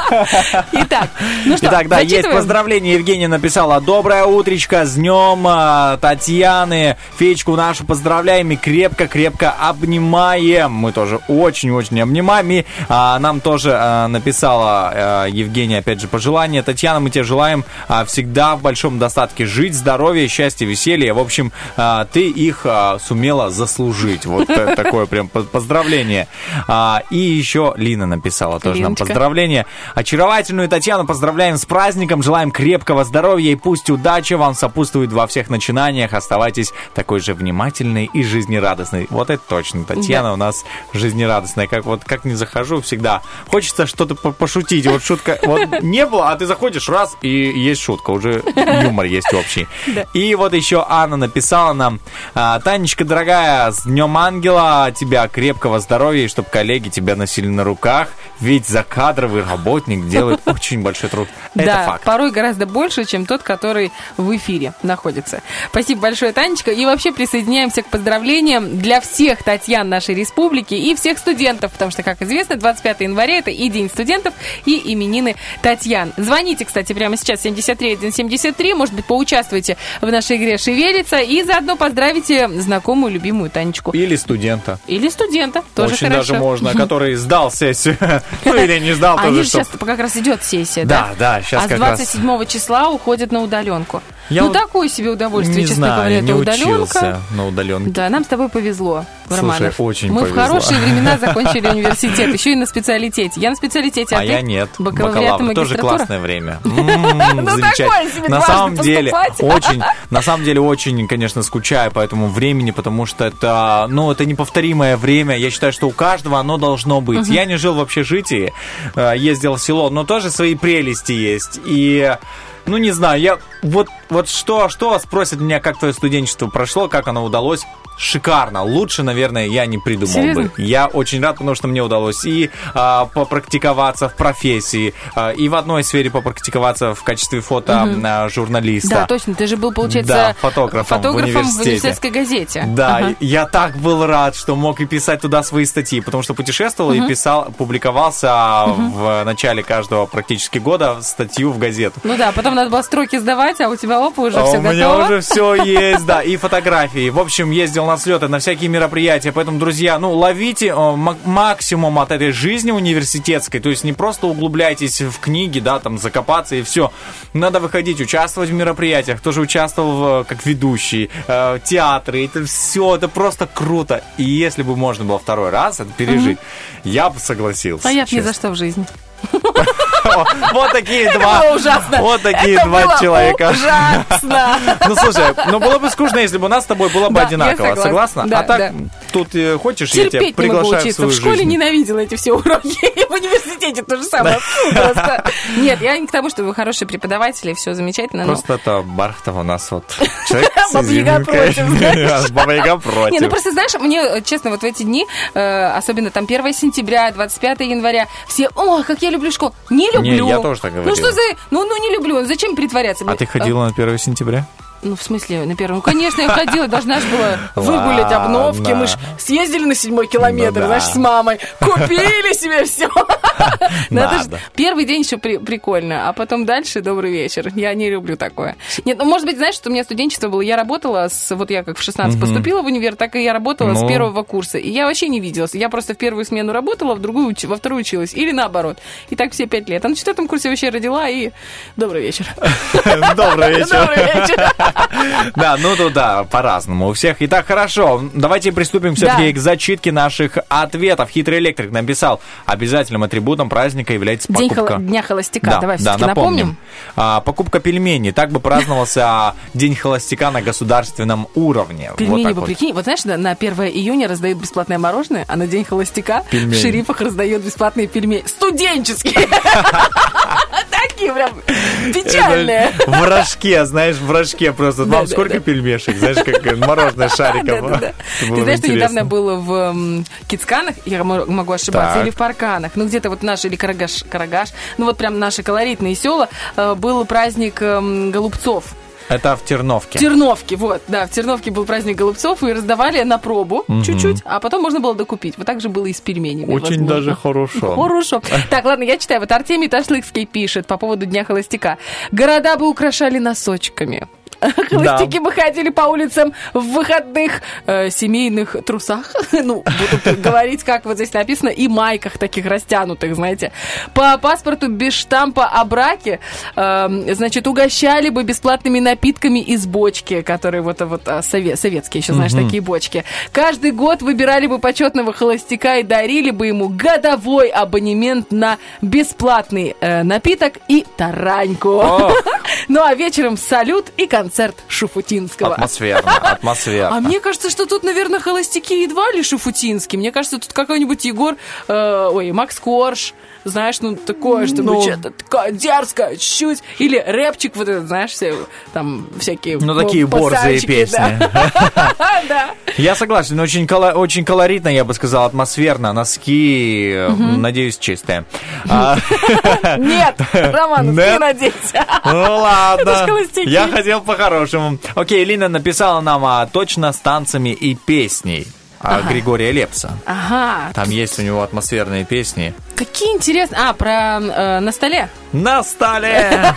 Итак, ну что, Итак, да, зачитываем? есть поздравление. Евгения написала: доброе утречко, с днем Татьяны. Феечку нашу поздравляем и крепко-крепко обнимаем. Мы тоже очень-очень обнимаем. И нам тоже написала Евгения, опять же, пожелание. Татьяна, мы тебе желаем всегда в большом достатке жить, здоровья, счастья, веселья. В общем, ты их сумела заслужить. Вот такое прям поздравление. И еще Лина написала тоже нам поздравление. Очаровательную Татьяну поздравляем с праздником, желаем крепкого здоровья и пусть удача вам сопутствует во всех начинаниях. Оставайтесь такой же внимательной и жизнерадостной. Вот это точно. Татьяна у нас жизнерадостная. Как не захожу, всегда хочется что-то пошутить. Вот шутка вот не было, а ты заходишь раз, и есть шутка. Уже юмор есть общий. И вот еще Анна написала нам: Танечка, дорогая, с Днем Ангела, тебя крепкого здоровья, и чтобы коллеги тебя носили на руках, ведь закадровый работник делает очень большой труд. Это факт. Порой гораздо больше, чем тот, который в эфире находится. Спасибо большое, Танечка. И вообще присоединяемся к поздравлениям для всех Татьян нашей республики и всех студентов, потому что, как известно, 25 января это и День студентов, и именины Татьян. Звоните, кстати, прямо сейчас 73173, может быть, поучаствуйте в нашей игре «Шевелится» и заодно поздравите знакомую, любимую Танечку. Или студента. Тоже очень хорошо. Даже можно, который сдал сессию. Ну, или не сдал тоже. Сейчас как раз идет сессия, да? Да, сейчас как раз. А с 27 числа уходят на удаленку. Я такое себе удовольствие, честно говоря, это удаленка. Учился на удаленке. Да, нам с тобой повезло, Романов. Слушай, очень Мы повезло. в хорошие времена закончили университет, еще и на специалитете. Я на специалитете, а ты? Я нет. Бакалавриат и магистратура? Тоже классное время. Замечательно. На самом деле, очень, конечно, скучаю по этому времени, потому что это неповторимое время. Я считаю, что у каждого оно должно быть. Я не жил в общежитии, ездил в село, но тоже свои прелести есть. И не знаю, что спросят меня, как твое студенчество прошло, как оно удалось. Шикарно. Лучше, наверное, я не придумал бы. Я очень рад, потому что мне удалось и попрактиковаться в профессии, и в одной сфере попрактиковаться в качестве фотожурналиста. Да, точно. Ты же был, получается, фотографом в университетской газете. Да, я так был рад, что мог и писать туда свои статьи, потому что путешествовал и публиковался в начале каждого практически года статью в газету. Потом надо было строки сдавать, а у тебя уже все готово. У меня уже все есть, да, и фотографии. В общем, ездил на слеты, на всякие мероприятия. Поэтому, друзья, ловите максимум от этой жизни университетской. То есть не просто углубляйтесь в книги, да, там закопаться и все. Надо выходить, участвовать в мероприятиях. Тоже участвовал как ведущий, театры. Это все, это просто круто. И если бы можно было второй раз это пережить, я бы согласился. А я ни за что в жизни. Вот такие два человека. Ужасно. Слушай, было бы скучно, если бы у нас с тобой было бы одинаково. Согласна? А так, тут хочешь, я тебя приглашаю в свою жизнь. В школе ненавидела эти все уроки. В университете то же самое. Нет, я не к тому, что вы хорошие преподаватели, все замечательно. Просто это Бархтов у нас человек с Баба-Яга против. Баба-Яга против. Не, просто знаешь, мне, честно, в эти дни, особенно там 1 сентября, 25 января, все, как я люблю школу. Не люблю. Не, я тоже так говорил. Ну что за... не люблю. Зачем притворяться? А ты ходила на 1 сентября? Ну, в смысле, на первом? Ну, конечно, я ходила, должна же была выгулять обновки. Мы ж съездили на 7-й километр, Ну да. знаешь, с мамой. Купили себе все. Первый день еще прикольно, а потом дальше добрый вечер. Я не люблю такое. Нет, ну, может быть, знаешь, что у меня студенчество было. Я работала вот я как в 16 поступила в универ, так и я работала с первого курса. И я вообще не виделась. Я просто в первую смену работала, во вторую училась. Или наоборот. И так все 5 лет. А на 4 курсе вообще родила, и добрый вечер. Добрый вечер. Добрый вечер. Да, ну тут да, по-разному у всех. Итак, хорошо, давайте приступим все-таки к зачитке наших ответов. Хитрый электрик написал: обязательным атрибутом праздника является покупка... Дня холостяка. Да, Давай да, все-таки напомним. Покупка пельменей. Так бы праздновался День холостяка на государственном уровне. Пельмени бы, прикинь. Вот знаешь, на 1 июня раздают бесплатное мороженое, а на День холостяка в шерифах раздают бесплатные пельмени. Студенческие! Такие прям печальные. В рожке, знаешь, в рожке просто. Вам сколько пельмешек? Знаешь, как мороженое шариком. Ты знаешь, что недавно было в Кицканах, я могу ошибаться, или в Парканах, ну где-то вот наш, или Карагаш, ну вот прям наши колоритные села, был праздник голубцов. Это в Терновке. В Терновке, вот, да, в Терновке был праздник голубцов, и раздавали на пробу чуть-чуть, а потом можно было докупить. Вот так же было и с пельменями. Очень даже хорошо. Хорошо. Так, ладно, я читаю. Вот Артемий Ташлыцкий пишет по поводу Дня холостяка. Города бы украшали носочками. Холостяки бы ходили по улицам в выходных семейных трусах. Ну, буду говорить, как вот здесь написано, и майках таких растянутых, знаете. По паспорту без штампа о браке, значит, угощали бы бесплатными напитками из бочки, которые вот советские еще, знаешь, такие бочки. Каждый год выбирали бы почетного холостяка и дарили бы ему годовой абонемент на бесплатный напиток и тараньку. Ну, а вечером салют и концерт Шуфутинского. Атмосферно. А мне кажется, что тут, наверное, холостяки едва ли Шуфутинский. Мне кажется, тут какой-нибудь Егор, Макс Корж, знаешь, ну, такое, чтобы что-то такое дерзкое, чуть-чуть. Или рэпчик вот этот, знаешь, там всякие... Ну, такие борзые песни. Да. Я согласен, очень колоритно, я бы сказал, атмосферно. Носки, надеюсь, чистые. Нет, Роман, не надейся. Ну, ладно. Я хотел по-хорошему. Окей, Лина написала нам точно с танцами и песней. Григория Лепса. Ага. Там есть у него атмосферные песни. Какие интересные... про «На столе». На столе!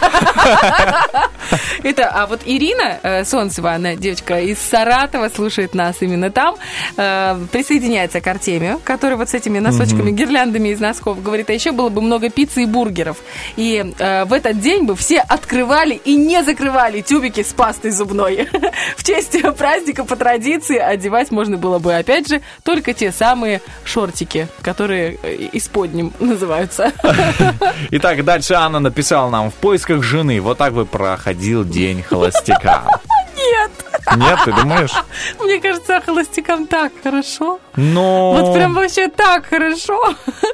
Это, а вот Ирина Солнцева, она девочка из Саратова, слушает нас именно там, присоединяется к Артемию, который вот с этими носочками, гирляндами из носков, говорит, а еще было бы много пиццы и бургеров. И в этот день бы все открывали и не закрывали тюбики с пастой зубной. В честь праздника по традиции одевать можно было бы, опять же, только те самые шортики, которые исподним называются. Итак, дальше Анна написала нам: в поисках жены. Вот так бы проходил день холостяка. Нет. Нет, ты думаешь? Мне кажется, холостякам так хорошо. Но... Вот прям вообще так хорошо.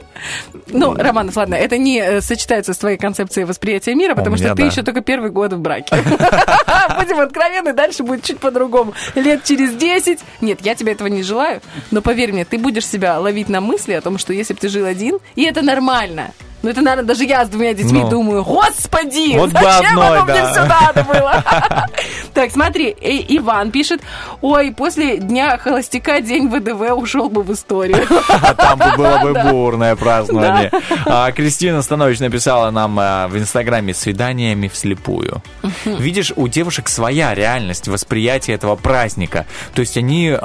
Ну, Романов, ладно, это не сочетается с твоей концепцией восприятия мира, потому что ты еще только первый год в браке. Будем откровенны, дальше будет чуть по-другому. Лет через 10... Нет, я тебе этого не желаю, но поверь мне, ты будешь себя ловить на мысли о том, что если бы ты жил один, и это нормально. Ну, это, наверное, даже я с 2 детьми думаю, господи, вот зачем оно мне все надо было? Так, смотри, Иван пишет, ой, после Дня холостяка день ВДВ ушел бы в историю. Там было бы бурное празднование. Кристина Станович написала нам в Инстаграме: свиданиями вслепую. Видишь, у девушек своя реальность восприятия этого праздника. То есть они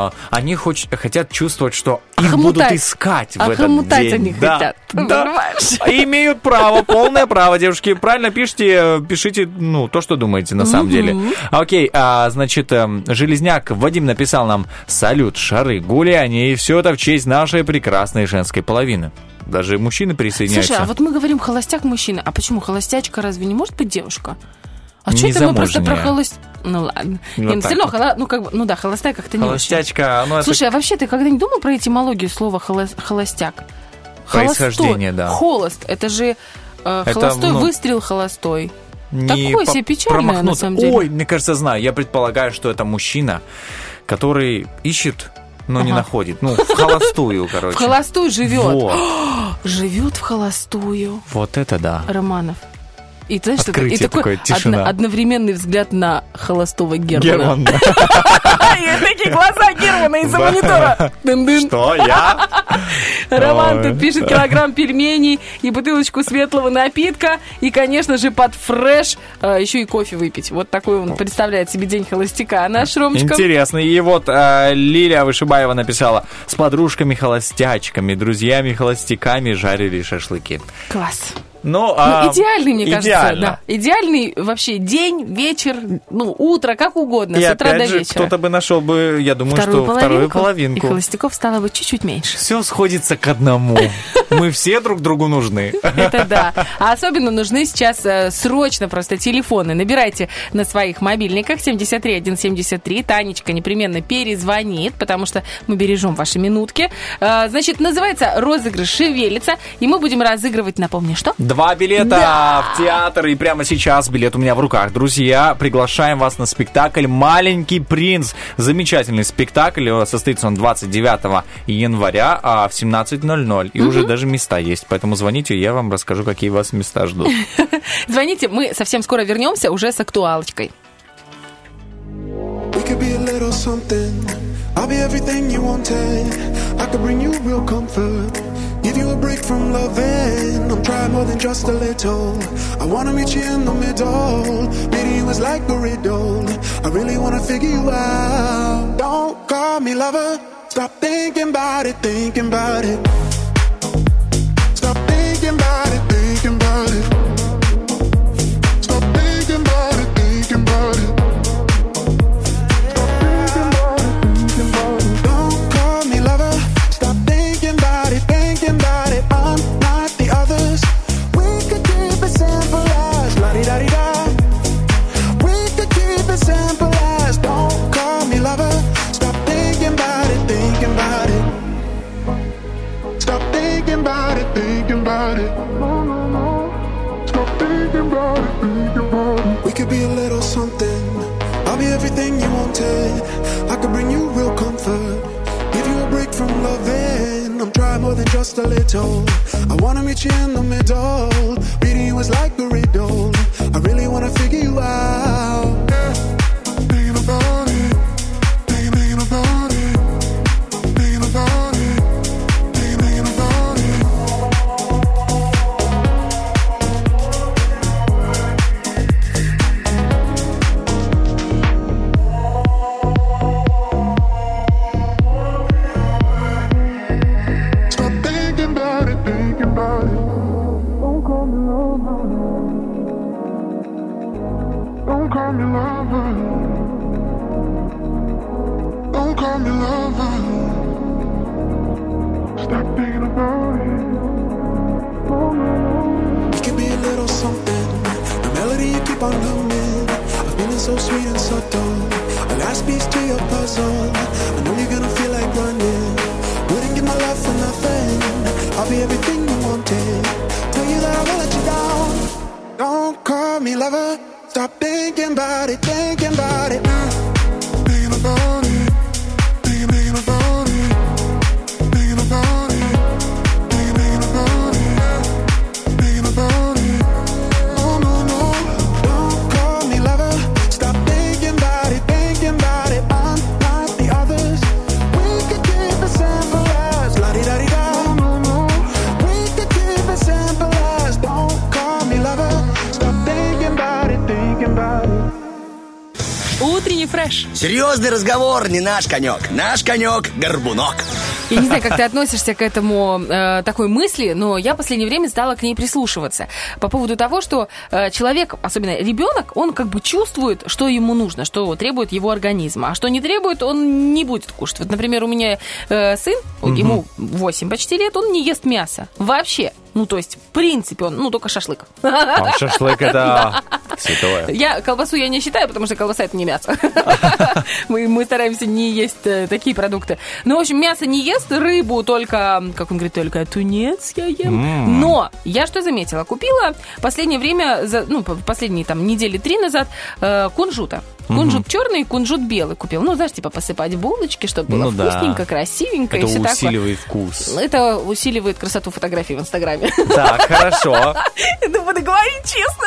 хотят чувствовать, что их будут искать в этот день. Охомутать они хотят, понимаешь? Имеют право, полное право, девушки. Правильно пишите, то, что думаете на самом деле. Окей, значит, Железняк Вадим написал нам: салют, шары, гуляния, и все это в честь нашей прекрасной женской половины. Даже мужчины присоединяются. Слушай, а вот мы говорим холостяк-мужчина, а почему холостячка разве не может быть девушка? А что это мы просто про холостяк? Ну ладно. Вот все равно, холостяк как-то не холостячка, очень. Слушай, а вообще ты когда-нибудь думал про этимологию слова холостяк? Происхождение, да. Холост, это же холостой выстрел холостой. Такое себе печальное, на самом деле. Ой, мне кажется, знаю. Я предполагаю, что это мужчина, который ищет, но не находит. Ну, в холостую, короче. В холостую живет. Вот. Живет в холостую. Вот это да. Романов. И ты знаешь, Открытие и такой тишина. одновременный взгляд на холостого Германа. Герман, да. И такие глаза Германа из-за монитора. Дын-дын. Что, я? Роман тут пишет килограмм пельменей и бутылочку светлого напитка. И, конечно же, под фреш еще и кофе выпить. Вот такой он представляет себе день холостяка. А наш Ромочка... Интересно. И вот Лилия Вышибаева написала: с подружками-холостячками, друзьями-холостяками жарили шашлыки. Класс. Ну, идеальный, мне кажется. идеально. Да. Идеальный вообще день, вечер, утро, как угодно, и с утра опять до же, вечера. кто-то бы нашел бы, я думаю, вторую половинку. И холостяков стало бы чуть-чуть меньше. Все сходится к одному. Мы все друг другу нужны. Это да. А особенно нужны сейчас срочно просто телефоны. Набирайте на своих мобильниках 73173. Танечка непременно перезвонит, потому что мы бережем ваши минутки. Значит, называется «Розыгрыш шевелится», и мы будем разыгрывать, напомню, что? 2 билета в театр, и прямо сейчас билет у меня в руках. Друзья, приглашаем вас на спектакль «Маленький принц». Замечательный спектакль, состоится он 29 января в 17:00. И уже даже места есть, поэтому звоните, я вам расскажу, какие вас места ждут. Звоните, мы совсем скоро вернемся уже с актуалочкой. Give you a break from loving. I'm trying more than just a little. I wanna meet you in the middle. Meeting you is like a riddle. I really wanna figure you out. Don't call me lover. Stop thinking about it, thinking about it. Stop thinking about it, thinking about it. Stop thinking about it, thinking about it. We could be a little something. I'll be everything you wanted. I could bring you real comfort. Give you a break from loving. I'm trying more than just a little. I wanna meet you in the middle. Reading you is like a riddle. I really wanna figure you out. Thinking about it. Thinking about it. Thinking about it. Thinking about it. So sweet and subtle, a last piece to your puzzle. I know you're gonna feel like running. Wouldn't give my love for nothing. I'll be everything you wanted. Tell you that I won't let you down. Don't call me lover. Stop thinking about it, thinking about it. Thinking about it. Thinking about it. Thinking about it. Thinking about it. Thinking about it. No, no, no. Don't call me lover. Утренний фреш. Серьезный разговор, не наш конек. Наш конек — горбунок. Я не знаю, как ты относишься к этому такой мысли, но я в последнее время стала к ней прислушиваться. По поводу того, что человек, особенно ребенок, он как бы чувствует, что ему нужно, что требует его организма. А что не требует, он не будет кушать. Вот, например, у меня сын, ему 8 почти лет, он не ест мясо. Вообще. Ну, то есть, в принципе, он, только шашлык. Шашлык — это святое. Колбасу я не считаю, потому что колбаса — это не мясо. Мы стараемся не есть такие продукты. Ну, в общем, мясо не ест, рыбу только, как он говорит, только тунец я ем. Но я что заметила? Купила в последнее время, последние недели 3 назад, кунжута. Кунжут черный, кунжут белый купил. Ну, знаешь, типа посыпать в булочки, чтобы было вкусненько, красивенько и все такое. Это усиливает вкус. Это усиливает красоту фотографий в Инстаграме. Так, хорошо. Ну, буду говорить честно.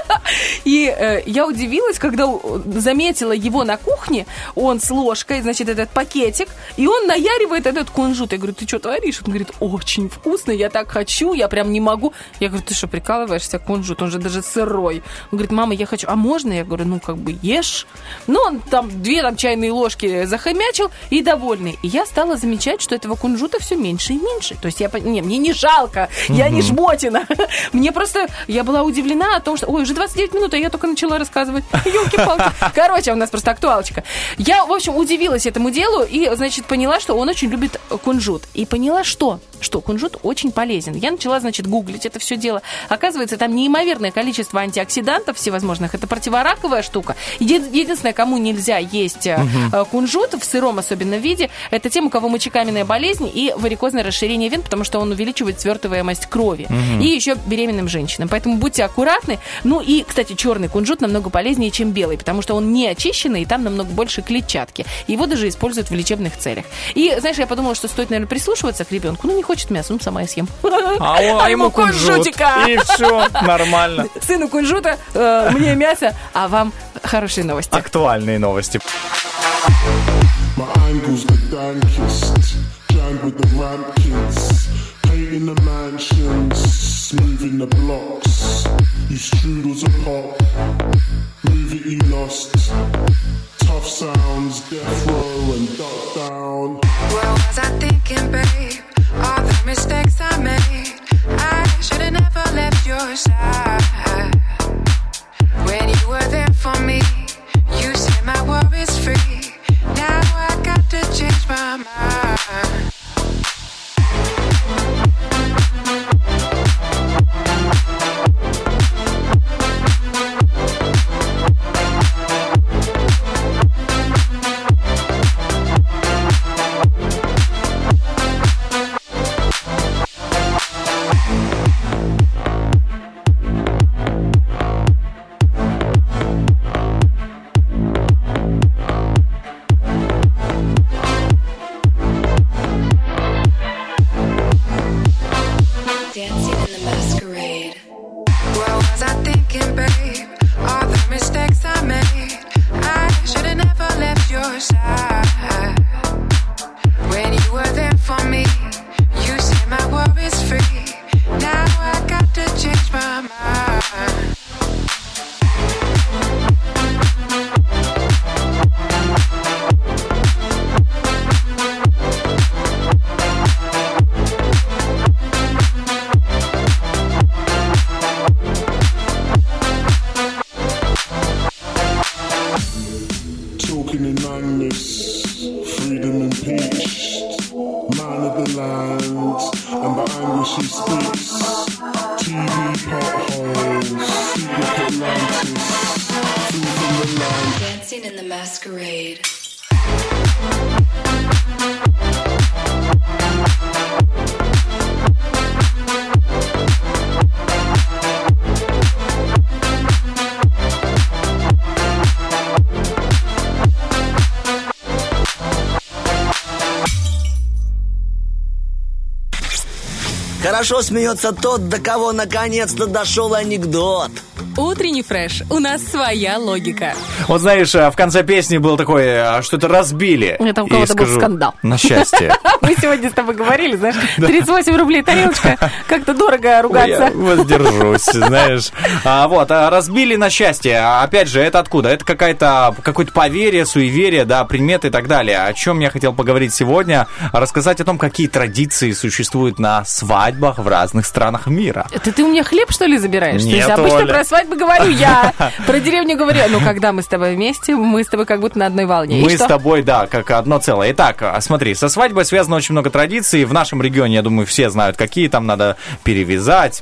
И я удивилась, когда заметила его на кухне, он с ложкой, значит, этот пакетик, и он наяривает этот кунжут. Я говорю, ты что творишь? Он говорит, очень вкусно, я так хочу, я прям не могу. Я говорю, ты что, прикалываешься, кунжут, он же даже сырой. Он говорит, мама, я хочу, а можно? Я говорю, ну, как бы ешь. Ну, он там 2 чайные ложки захомячил и довольный. И я стала замечать, что этого кунжута все меньше и меньше. То есть мне не жалко, я не жмотина. Мне просто, я была удивлена о том, что, ой, уже 29 минут, а я только начала рассказывать. Ёлки-палки. Короче, у нас просто актуалочка. Я, в общем, удивилась этому делу и, значит, поняла, что он очень любит кунжут. И поняла, что кунжут очень полезен. Я начала, значит, гуглить это все дело. Оказывается, там неимоверное количество антиоксидантов всевозможных. Это противораковая штука. Единственное, кому нельзя есть кунжут, в сыром особенно виде, это тем, у кого мочекаменная болезнь и варикозное расширение вен, потому что он увеличивает свертываемость крови. И еще беременным женщинам. Поэтому будьте аккуратны. Ну и, кстати, черный кунжут намного полезнее, чем белый, потому что он не очищенный, и там намного больше клетчатки. Его даже используют в лечебных целях. И, знаешь, я подумала, что стоит, наверное, прислушиваться к ребенку. Ну, не хочет мяса, ну, сама я съем. А ему кунжутика. И все, нормально. Сыну кунжута, мне мясо, а вам хорошие новости. Актуальные новости. In the mansions, moving the blocks. You strudels apart, move it you lost. Tough sounds, death row and duck down. What was I thinking, babe? All the mistakes I made. I should've never left your side. When you were there for me, you set my worries free. Now I got to change my mind. Хорошо смеется тот, до кого наконец-то дошел анекдот. Утренний фреш. У нас своя логика. Вот знаешь, в конце песни был такой, что-то разбили. Это у кого-то был скандал. На счастье. Мы сегодня с тобой говорили, знаешь, 38 рублей тарелочка, как-то дорого ругаться. Я воздержусь, знаешь. Разбили на счастье. Опять же, это откуда? Это какое-то поверье, суеверие, да, приметы и так далее. О чем я хотел поговорить сегодня? Рассказать о том, какие традиции существуют на свадьбах в разных странах мира. Это ты у меня хлеб, что ли, забираешь? Нет, то есть обычно про свадьбу говорю я, про деревню говорю. Ну, когда мы с тобой вместе, мы с тобой как будто на одной волне. Мы с тобой, да, как одно целое. Итак, смотри, со свадьбой связано очень много традиций. В нашем регионе, я думаю, все знают, какие там надо перевязать,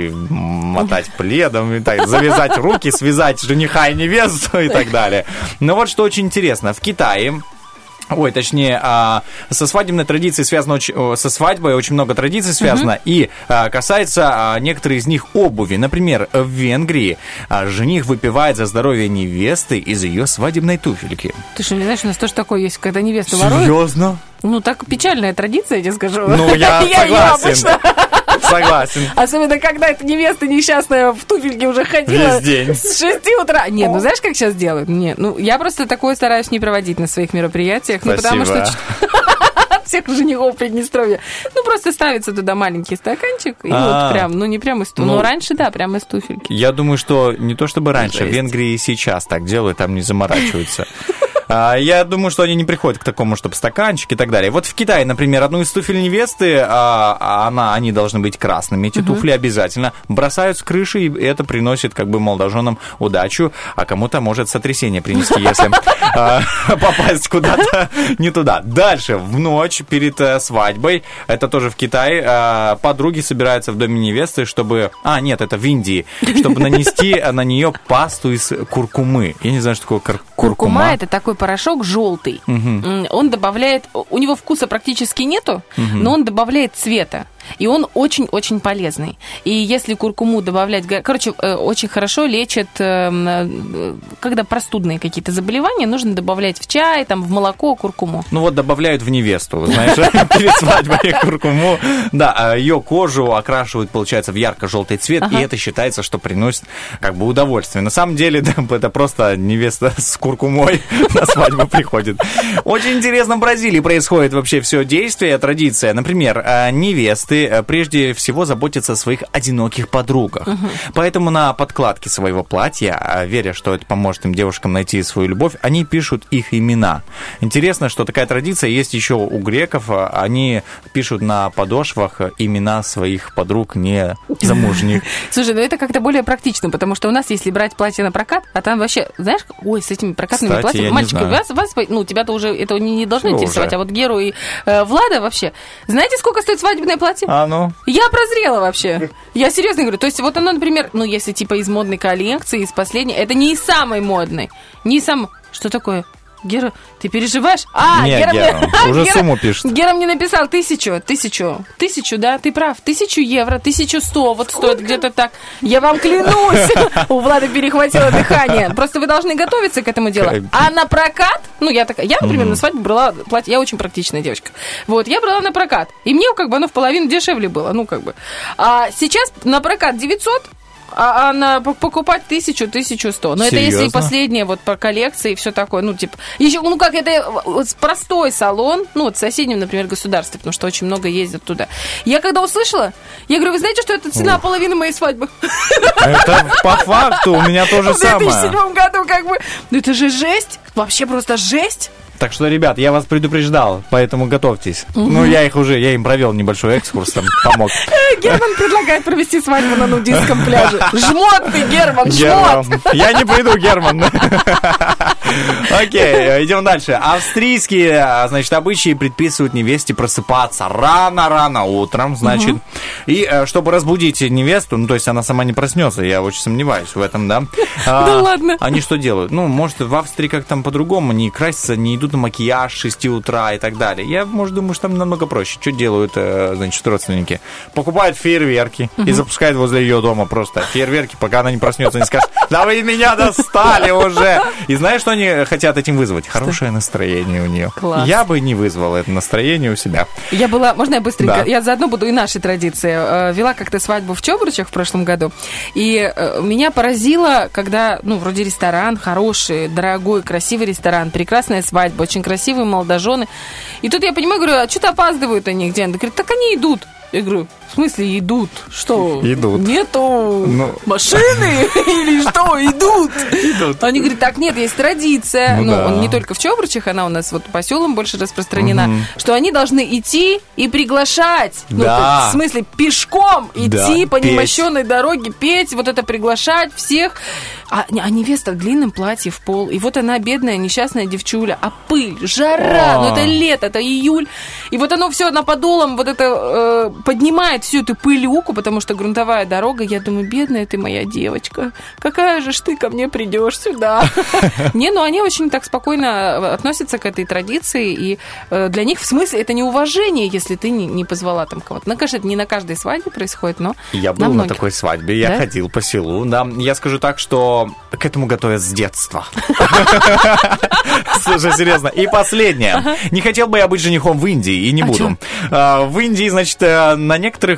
перемотать пледом, и так, завязать руки, связать жениха и невесту и так далее. Но вот что очень интересно. В Китае... со свадебной традицией связано, со свадьбой очень много традиций связано, и касается некоторых из них обуви. Например, в Венгрии жених выпивает за здоровье невесты из ее свадебной туфельки. Ты что, не знаешь, у нас тоже такое есть, когда невеста ворует? Серьезно? Ну, так печальная традиция, я тебе скажу. Ну, я согласен. Согласен. Особенно, когда эта невеста несчастная в туфельке уже ходила Весь день. с 6 утра. Не, ну знаешь, как сейчас делают? Не, ну я просто такое стараюсь не проводить на своих мероприятиях. Ну, потому что всех женихов Приднестровья. Ну, просто ставится туда маленький стаканчик, и вот прям, ну, не прямо из туфельки. Ну, раньше, да, прямо из туфельки. Я думаю, что не то чтобы раньше, в Венгрии и сейчас так делают, там не заморачиваются. Я думаю, что они не приходят к такому, чтобы стаканчик и так далее. Вот в Китае, например, одну из туфель невесты, они должны быть красными, эти туфли обязательно, бросают с крыши, и это приносит как бы молодоженам удачу, а кому-то может сотрясение принести, если попасть куда-то не туда. Дальше, в ночь перед свадьбой, это тоже в Китае, подруги собираются в доме невесты, чтобы... нет, это в Индии, чтобы нанести на нее пасту из куркумы. Я не знаю, что такое куркума. Это такой порошок желтый. Он добавляет... У него вкуса практически нету, но он добавляет цвета. И он очень-очень полезный. И если куркуму добавлять... Короче, очень хорошо лечит, когда простудные какие-то заболевания, нужно добавлять в чай, там, в молоко куркуму. Ну вот добавляют в невесту, знаешь, перед свадьбой куркуму. Да, ее кожу окрашивают, получается, в ярко-желтый цвет, и это считается, что приносит как бы удовольствие. На самом деле, это просто невеста с куркумой на свадьбу приходит. Очень интересно, в Бразилии происходит вообще все действие, традиция. Например, невесты прежде всего заботятся о своих одиноких подругах. Поэтому на подкладке своего платья, веря, что это поможет им, девушкам, найти свою любовь, они пишут их имена. Интересно, что такая традиция есть еще у греков. Они пишут на подошвах имена своих подруг не замужних. Слушай, ну это как-то более практично, потому что у нас, если брать платье на прокат, а там вообще, знаешь, с этими прокатными платьями, мальчики, вас, ну, тебя-то уже это не должно интересовать, а вот Геру и Влада вообще. Знаете, сколько стоит свадебное платье? Ну? Я прозрела вообще. Я серьезно говорю. То есть вот оно, например, ну, если типа из модной коллекции, из последней, это не из самой модной. Не из самой... Что такое? Гера, ты переживаешь? Нет, Гера, уже сумму пишет. Гера мне написал 1000, да, ты прав, 1000 евро, 1100, вот стоит где-то так. Я вам клянусь, у Влады перехватило дыхание. Просто вы должны готовиться к этому делу. А на прокат, ну, я, например, на свадьбу брала платье, я очень практичная девочка. Вот, я брала на прокат, и мне как бы оно в половину дешевле было, ну, как бы. А сейчас на прокат 900, а покупать 1100. Но это если последнее вот по коллекции и все такое. Ну, типа, еще, ну как, это простой салон, ну, вот в соседнем, например, государстве, потому что очень много ездят туда. Я когда услышала, я говорю, вы знаете, что это цена половины моей свадьбы? Это по факту у меня то же самое. В 2007 году как бы, ну это же жесть, вообще просто жесть. Так что, ребят, я вас предупреждал, поэтому готовьтесь. Ну, я им провел небольшой экскурс, там помог. Герман предлагает провести свадьбу на нудистском пляже. Жмот ты, Герман, жмот! Я не пойду, Герман. Окей, идем дальше. Австрийские, значит, обычаи предписывают невесте просыпаться рано-рано утром, значит. И чтобы разбудить невесту, ну, то есть она сама не проснется, я очень сомневаюсь в этом, да. Да ладно. Они что делают? Ну, может, в Австрии как-то там по-другому, не красятся, не идут на макияж с 6 утра и так далее. Я, может, думаю, что там намного проще. Что делают, значит, родственники? Покупают фейерверки и запускают возле ее дома просто фейерверки, пока она не проснется, не скажет: да вы меня достали уже. И знаешь, что они хотят этим вызвать? Хорошее настроение у нее. Класс. Я бы не вызвал это настроение у себя. Я была, можно я быстренько? Да. Я заодно буду и наши традиции. Вела как-то свадьбу в Чебурчах в прошлом году. И меня поразило, когда, ну, вроде ресторан хороший, дорогой, красивый ресторан, прекрасная свадьба, очень красивые молодожены. И тут я понимаю, говорю, а что-то опаздывают они где-то. Говорит, так они идут. Я говорю, в смысле идут? Что? Идут. Нету машины? Или что? Идут. Они говорят, так, нет, есть традиция. Ну, он не только в Чебурчах, она у нас вот по селам больше распространена, что они должны идти и приглашать. Ну, в смысле, пешком идти по немощенной дороге, петь, вот это приглашать всех. А невеста в длинном платье в пол. И вот она, бедная, несчастная девчуля. А пыль, жара, ну это лето, это июль. И вот оно все на подолом вот это поднимает всю эту пылюку, потому что грунтовая дорога. Я думаю, бедная ты моя девочка. Какая же ж ты ко мне придешь сюда? Не, ну они очень так спокойно относятся к этой традиции. И для них, в смысле, это не уважение, если ты не позвала там кого-то. Ну, конечно, это не на каждой свадьбе происходит, но я был на такой свадьбе, я ходил по селу, да. Я скажу так, что к этому готовят с детства. Слушай, серьезно. И последнее. Не хотел бы я быть женихом в Индии, и не буду. В Индии, значит, на некоторых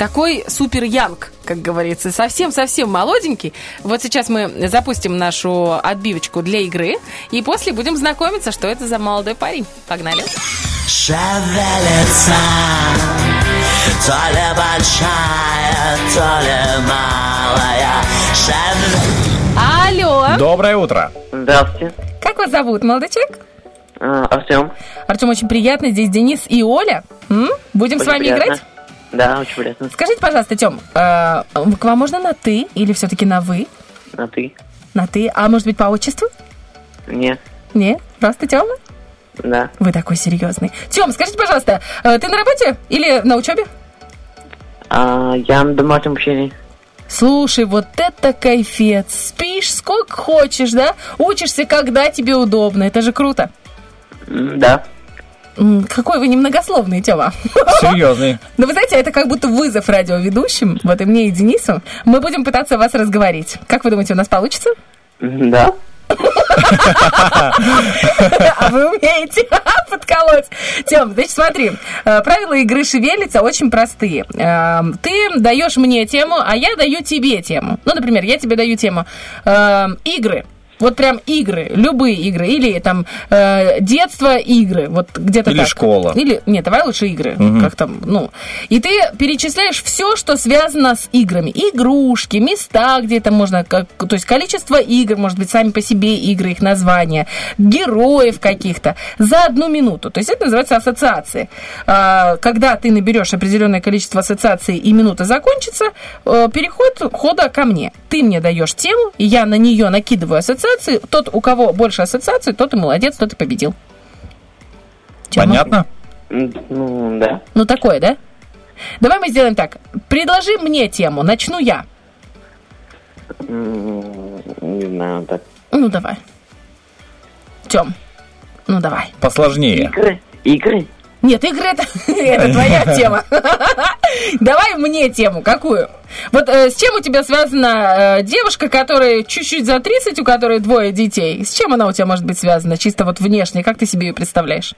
такой супер-янг, как говорится, совсем-совсем молоденький. Вот сейчас мы запустим нашу отбивочку для игры, и после будем знакомиться, что это за молодой парень. Погнали. Шевелится, то ли большая, то ли малая. Алло. Доброе утро. Здравствуйте. Как вас зовут, молодой человек? Артем. Артем, очень приятно. Здесь Денис и Оля. Будем Очень с вами приятно. играть? Да, очень приятно. Скажите, пожалуйста, Тём, к вам можно на «ты» или все-таки на «вы»? На ты? На «ты». А может быть, по отчеству? Нет. Нет? Просто Тёма? Да. Вы такой серьезный. Тём, скажите, пожалуйста, ты на работе или на учебе? Я на домашнем обучении. Слушай, вот это кайфец. Спишь сколько хочешь, да? Учишься, когда тебе удобно. Это же круто. Да. Какой вы немногословный, Тёма. Серьезный. Но вы знаете, это как будто вызов радиоведущим, вот и мне, и Денису. Мы будем пытаться вас разговорить. Как вы думаете, у нас получится? Да. А вы умеете подколоть. Тём, значит, смотри, правила игры «Шевелится» очень простые. Ты даешь мне тему, а я даю тебе тему. Ну, например, я тебе даю тему игры. Вот прям игры, любые игры. Или там детство, игры. Вот где-то или так. Школа. Или, нет, давай лучше игры. Как там, ну. И ты перечисляешь все, что связано с играми. Игрушки, места, где это можно. То есть количество игр, может быть, сами по себе игры, их названия. Героев каких-то. За 1 минуту. То есть это называется ассоциации. Когда ты наберешь определенное количество ассоциаций и минута закончится, переход хода ко мне. Ты мне даешь тему, и я на нее накидываю ассоциации. Тот, у кого больше ассоциаций, тот и молодец, тот и победил. Понятно? Ну, да. Ну, такое, да? Давай мы сделаем так. Предложи мне тему, начну я. Не знаю, так. Ну, давай. Тём, ну, давай. Посложнее. Игры? Нет, игры это твоя тема. Давай мне тему. Какую? Вот с чем у тебя связана девушка, которая чуть-чуть за 30, у которой 2 детей? С чем она у тебя может быть связана? Чисто вот внешне. Как ты себе ее представляешь?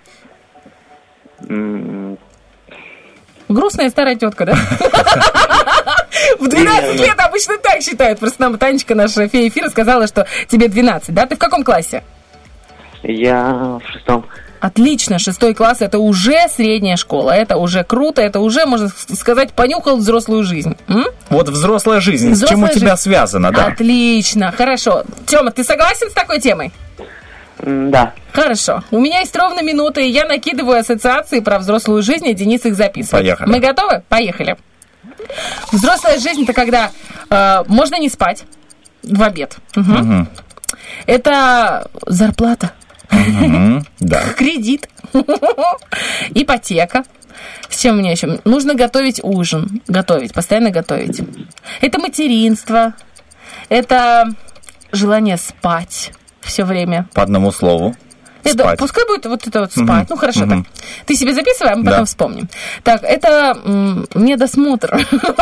Грустная старая тетка, да? В 12 лет обычно так считают. Просто нам Танечка, наша фея эфира, сказала, что тебе 12, да? Ты в каком классе? Я в 6. Отлично, 6 класс – это уже средняя школа, это уже круто, это уже, можно сказать, понюхал взрослую жизнь. Вот взрослая жизнь, с чем у тебя связано, да? Отлично, хорошо. Тёма, ты согласен с такой темой? Да. Хорошо. У меня есть ровно минута, и я накидываю ассоциации про взрослую жизнь, и Денис их записывает. Поехали. Мы готовы? Поехали. Взрослая жизнь – это когда можно не спать в обед. Угу. Это зарплата. Да. Кредит. Ипотека. С чем у меня еще? Нужно готовить ужин. Готовить, постоянно готовить. Это материнство. Это желание спать все время. По одному слову. Это, спать. Пускай будет вот это вот спать. Ну, хорошо так. Ты себе записывай, а мы потом вспомним. Так, это медосмотр.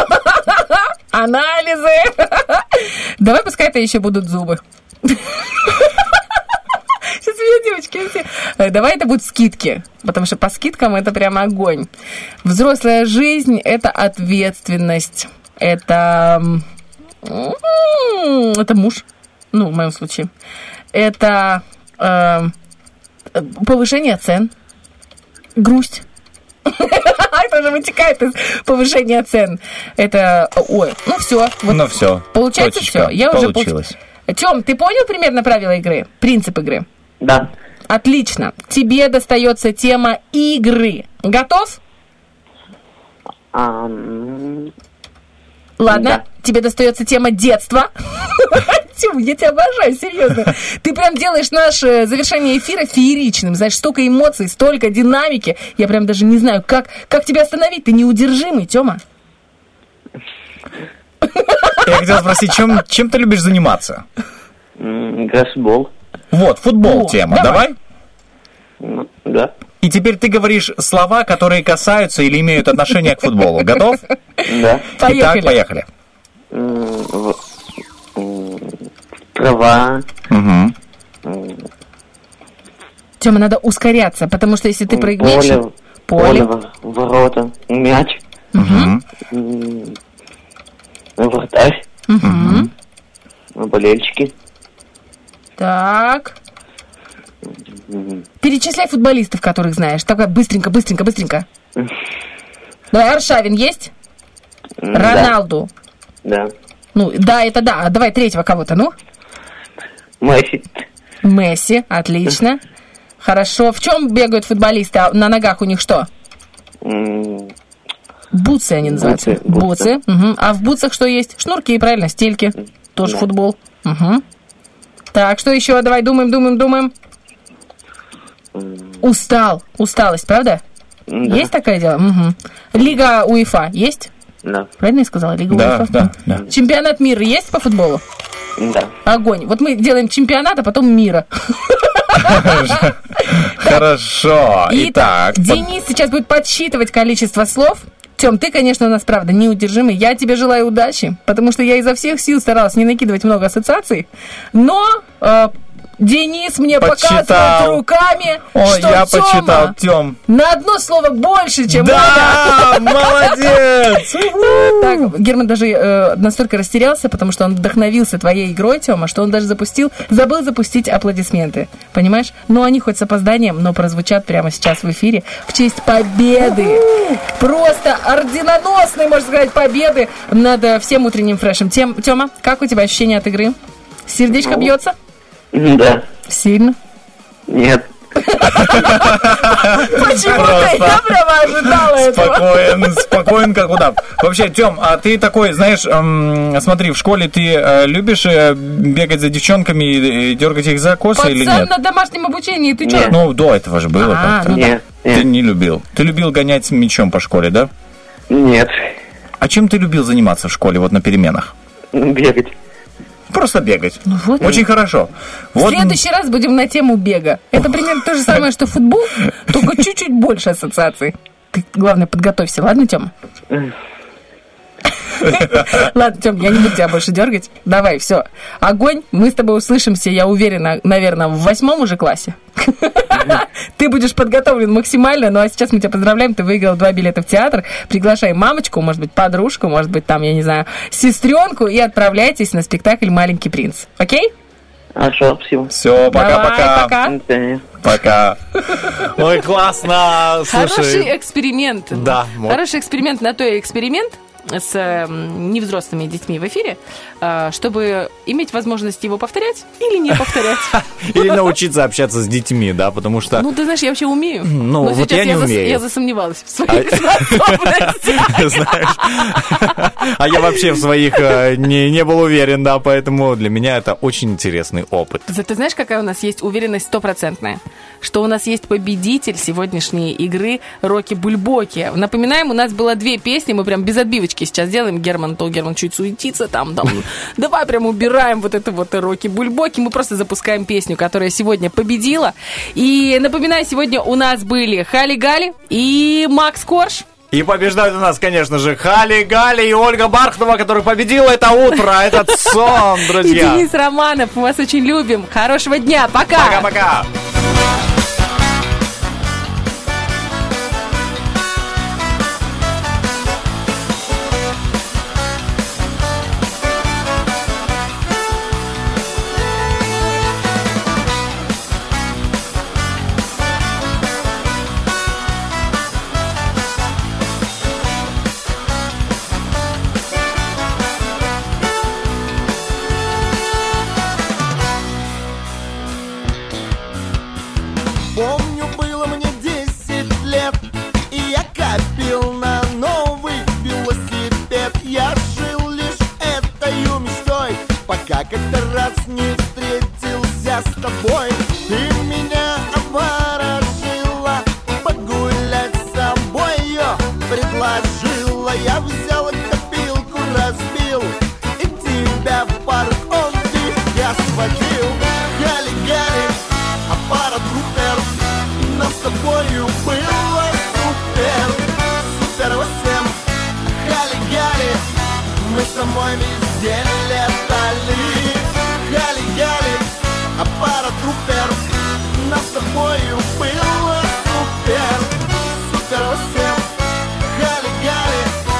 Анализы. Давай, пускай это еще будут зубы. Сейчас меня девочки все. Давай это будут скидки, потому что по скидкам это прямо огонь. Взрослая жизнь – это ответственность, это муж, ну, в моем случае. Это повышение цен, грусть. Это уже вытекает из повышения цен. Это, ну все. Ну все. Получается точечка. все. Я получилось. Тём, ты понял примерно правила игры? Принцип игры? Да. Отлично. Тебе достается тема игры. Готов? Ладно, да. Тебе достается тема детства. Тём, я тебя обожаю, серьезно. Ты прям делаешь наше завершение эфира фееричным. Знаешь, столько эмоций, столько динамики. Я прям даже не знаю, как тебя остановить. Ты неудержимый, Тёма. Я хотел спросить, чем ты любишь заниматься? Футбол. Вот, футбол тема. Давай. Да. И теперь ты говоришь слова, которые касаются или имеют отношение к футболу. Готов? Да. Итак, поехали. Трава. Тёма, надо ускоряться, потому что если ты проиграешь... Поле, ворота, мяч. Вратарь. Болельщики. Так. Перечисляй футболистов, которых знаешь. Давай быстренько. Давай, Аршавин есть? Роналду. Да. Ну, да, это да. А давай третьего кого-то, ну? Месси, отлично. Хорошо. В чем бегают футболисты? А на ногах у них что? Бутсы они называются. Бутсы. Угу. А в бутсах что есть? Шнурки, правильно, стельки. Тоже футбол. Угу. Так, что еще? Давай думаем. Усталость, правда? Да. Есть такое дело? Угу. Лига УЕФА есть? Да. Правильно я сказала? Лига УЕФА? Да. Чемпионат мира есть по футболу? Да. Огонь. Вот мы делаем чемпионат, а потом мира. Хорошо. Итак, Денис сейчас будет подсчитывать количество слов. Тём, ты, конечно, у нас, правда, неудержимый. Я тебе желаю удачи, потому что я изо всех сил старалась не накидывать много ассоциаций. Но Денис мне показывает руками, что я Тёма почитал, Тём. на одно слово больше, чем Да, надо. молодец! Так, Герман даже настолько растерялся, потому что он вдохновился твоей игрой, Тёма, что он даже забыл запустить аплодисменты. Понимаешь? Но они хоть с опозданием, но прозвучат прямо сейчас в эфире в честь победы. Просто орденоносной, можно сказать, победы над всем утренним фрешем. Тёма, как у тебя ощущение от игры? Сердечко бьется? Да. Сильно? Нет. Почему-то я прямо ожидала этого. Спокоен, как удав. Вообще, Тём, а ты такой, знаешь, смотри, в школе ты любишь бегать за девчонками и дергать их за косы или нет? Пацан на домашнем обучении, ты что? Ну, до этого же было. Нет. Ты не любил. Ты любил гонять с мячом по школе, да? Нет. А чем ты любил заниматься в школе, вот на переменах? Бегать. Просто бегать. Ну, вот. Очень хорошо. В следующий раз будем на тему бега. Это примерно то же самое, что футбол, только чуть-чуть больше ассоциаций. Ты, главное, подготовься, ладно, Тёма? Ладно, Тём, я не буду тебя больше дергать. Давай, все. Огонь. Мы с тобой услышимся, я уверена, наверное, в 8 уже классе. Ты будешь подготовлен максимально. Ну, а сейчас мы тебя поздравляем. Ты выиграл 2 билета в театр. Приглашай мамочку, может быть, подружку, может быть, там, я не знаю, сестренку, и отправляйтесь на спектакль «Маленький принц». Окей? Хорошо, спасибо. Все, пока-пока. Пока. Ой, классно. Хороший эксперимент. Да. Хороший эксперимент на то и эксперимент с невзрослыми детьми в эфире, чтобы иметь возможность его повторять или не повторять. Или научиться общаться с детьми, да, потому что... Ну, ты знаешь, я вообще умею. Ну, вот я не умею. Я засомневалась в своих способностях. Знаешь, а я вообще в своих не был уверен, да, поэтому для меня это очень интересный опыт. Ты знаешь, какая у нас есть уверенность 100%? Что у нас есть победитель сегодняшней игры Рокки Бульбоки. Напоминаем, у нас было 2 песни, мы прям без отбивочки сейчас делаем. Герман чуть суетится там. Давай прям убираем вот это вот Рокки Бульбоки. Мы просто запускаем песню, которая сегодня победила. И напоминаю, сегодня у нас были Хали Гали и Макс Корж. И побеждают у нас, конечно же, Хали Гали и Ольга Бархтова, которая победила это утро, этот сон, друзья. И Денис Романов. Мы вас очень любим. Хорошего дня. Пока. Пока-пока. Помню, было мне 10 лет, и я копил на новый велосипед. Я жил лишь этой мечтой, пока как-то раз не встретился с тобой. Ты меня обворожила, погулять с собою предложила. Я взял копилку, разбил, и тебя в парк он я сводил. Гали-гали, аппарат Рупер, нам с тобою было супер. Супер 8, Гали-гали, мы с тобой везде летали. Гали-гали, аппарат Рупер, нам с тобою было супер. Супер 8, Гали-гали,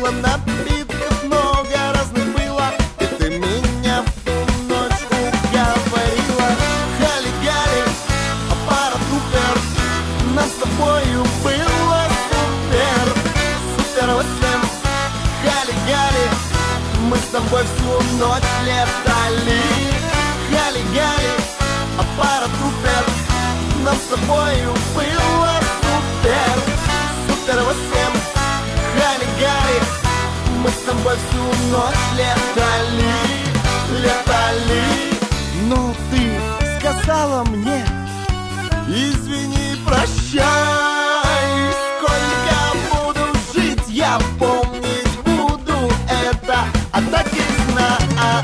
было напитков, много разных было, и ты меня в ту ночь уговорила. Хали-гали, аппарат супер, нам с тобою было супер. Супер 8, хали-гали, мы с тобой всю ночь летали. Хали-гали, аппарат супер, нам с тобою было супер. Супер 8, хали-гали, мы с тобой всю ночь летали, летали. Но ты сказала мне: извини, прощай. Сколько буду жить, я помнить буду это, а так и знай.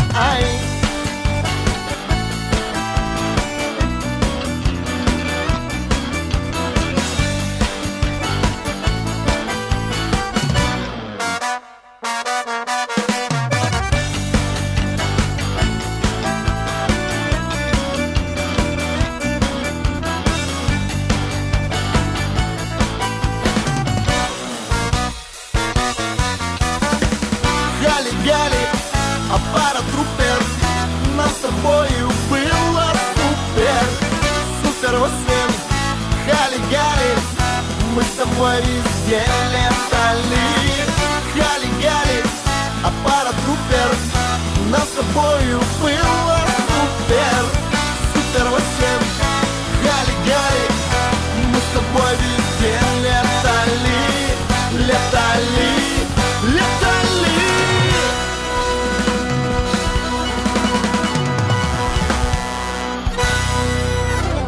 Хали-гали, аппарат супер, нам с тобою было супер. Супер 8, хали-гали, мы с тобой везде летали. Хали-гали, аппарат супер, нам с тобою было супер. Супер 8, хали-гали, мы с тобой везде летали, летали, летали.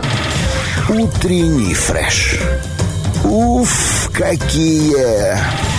Утренний фреш. Уф, какие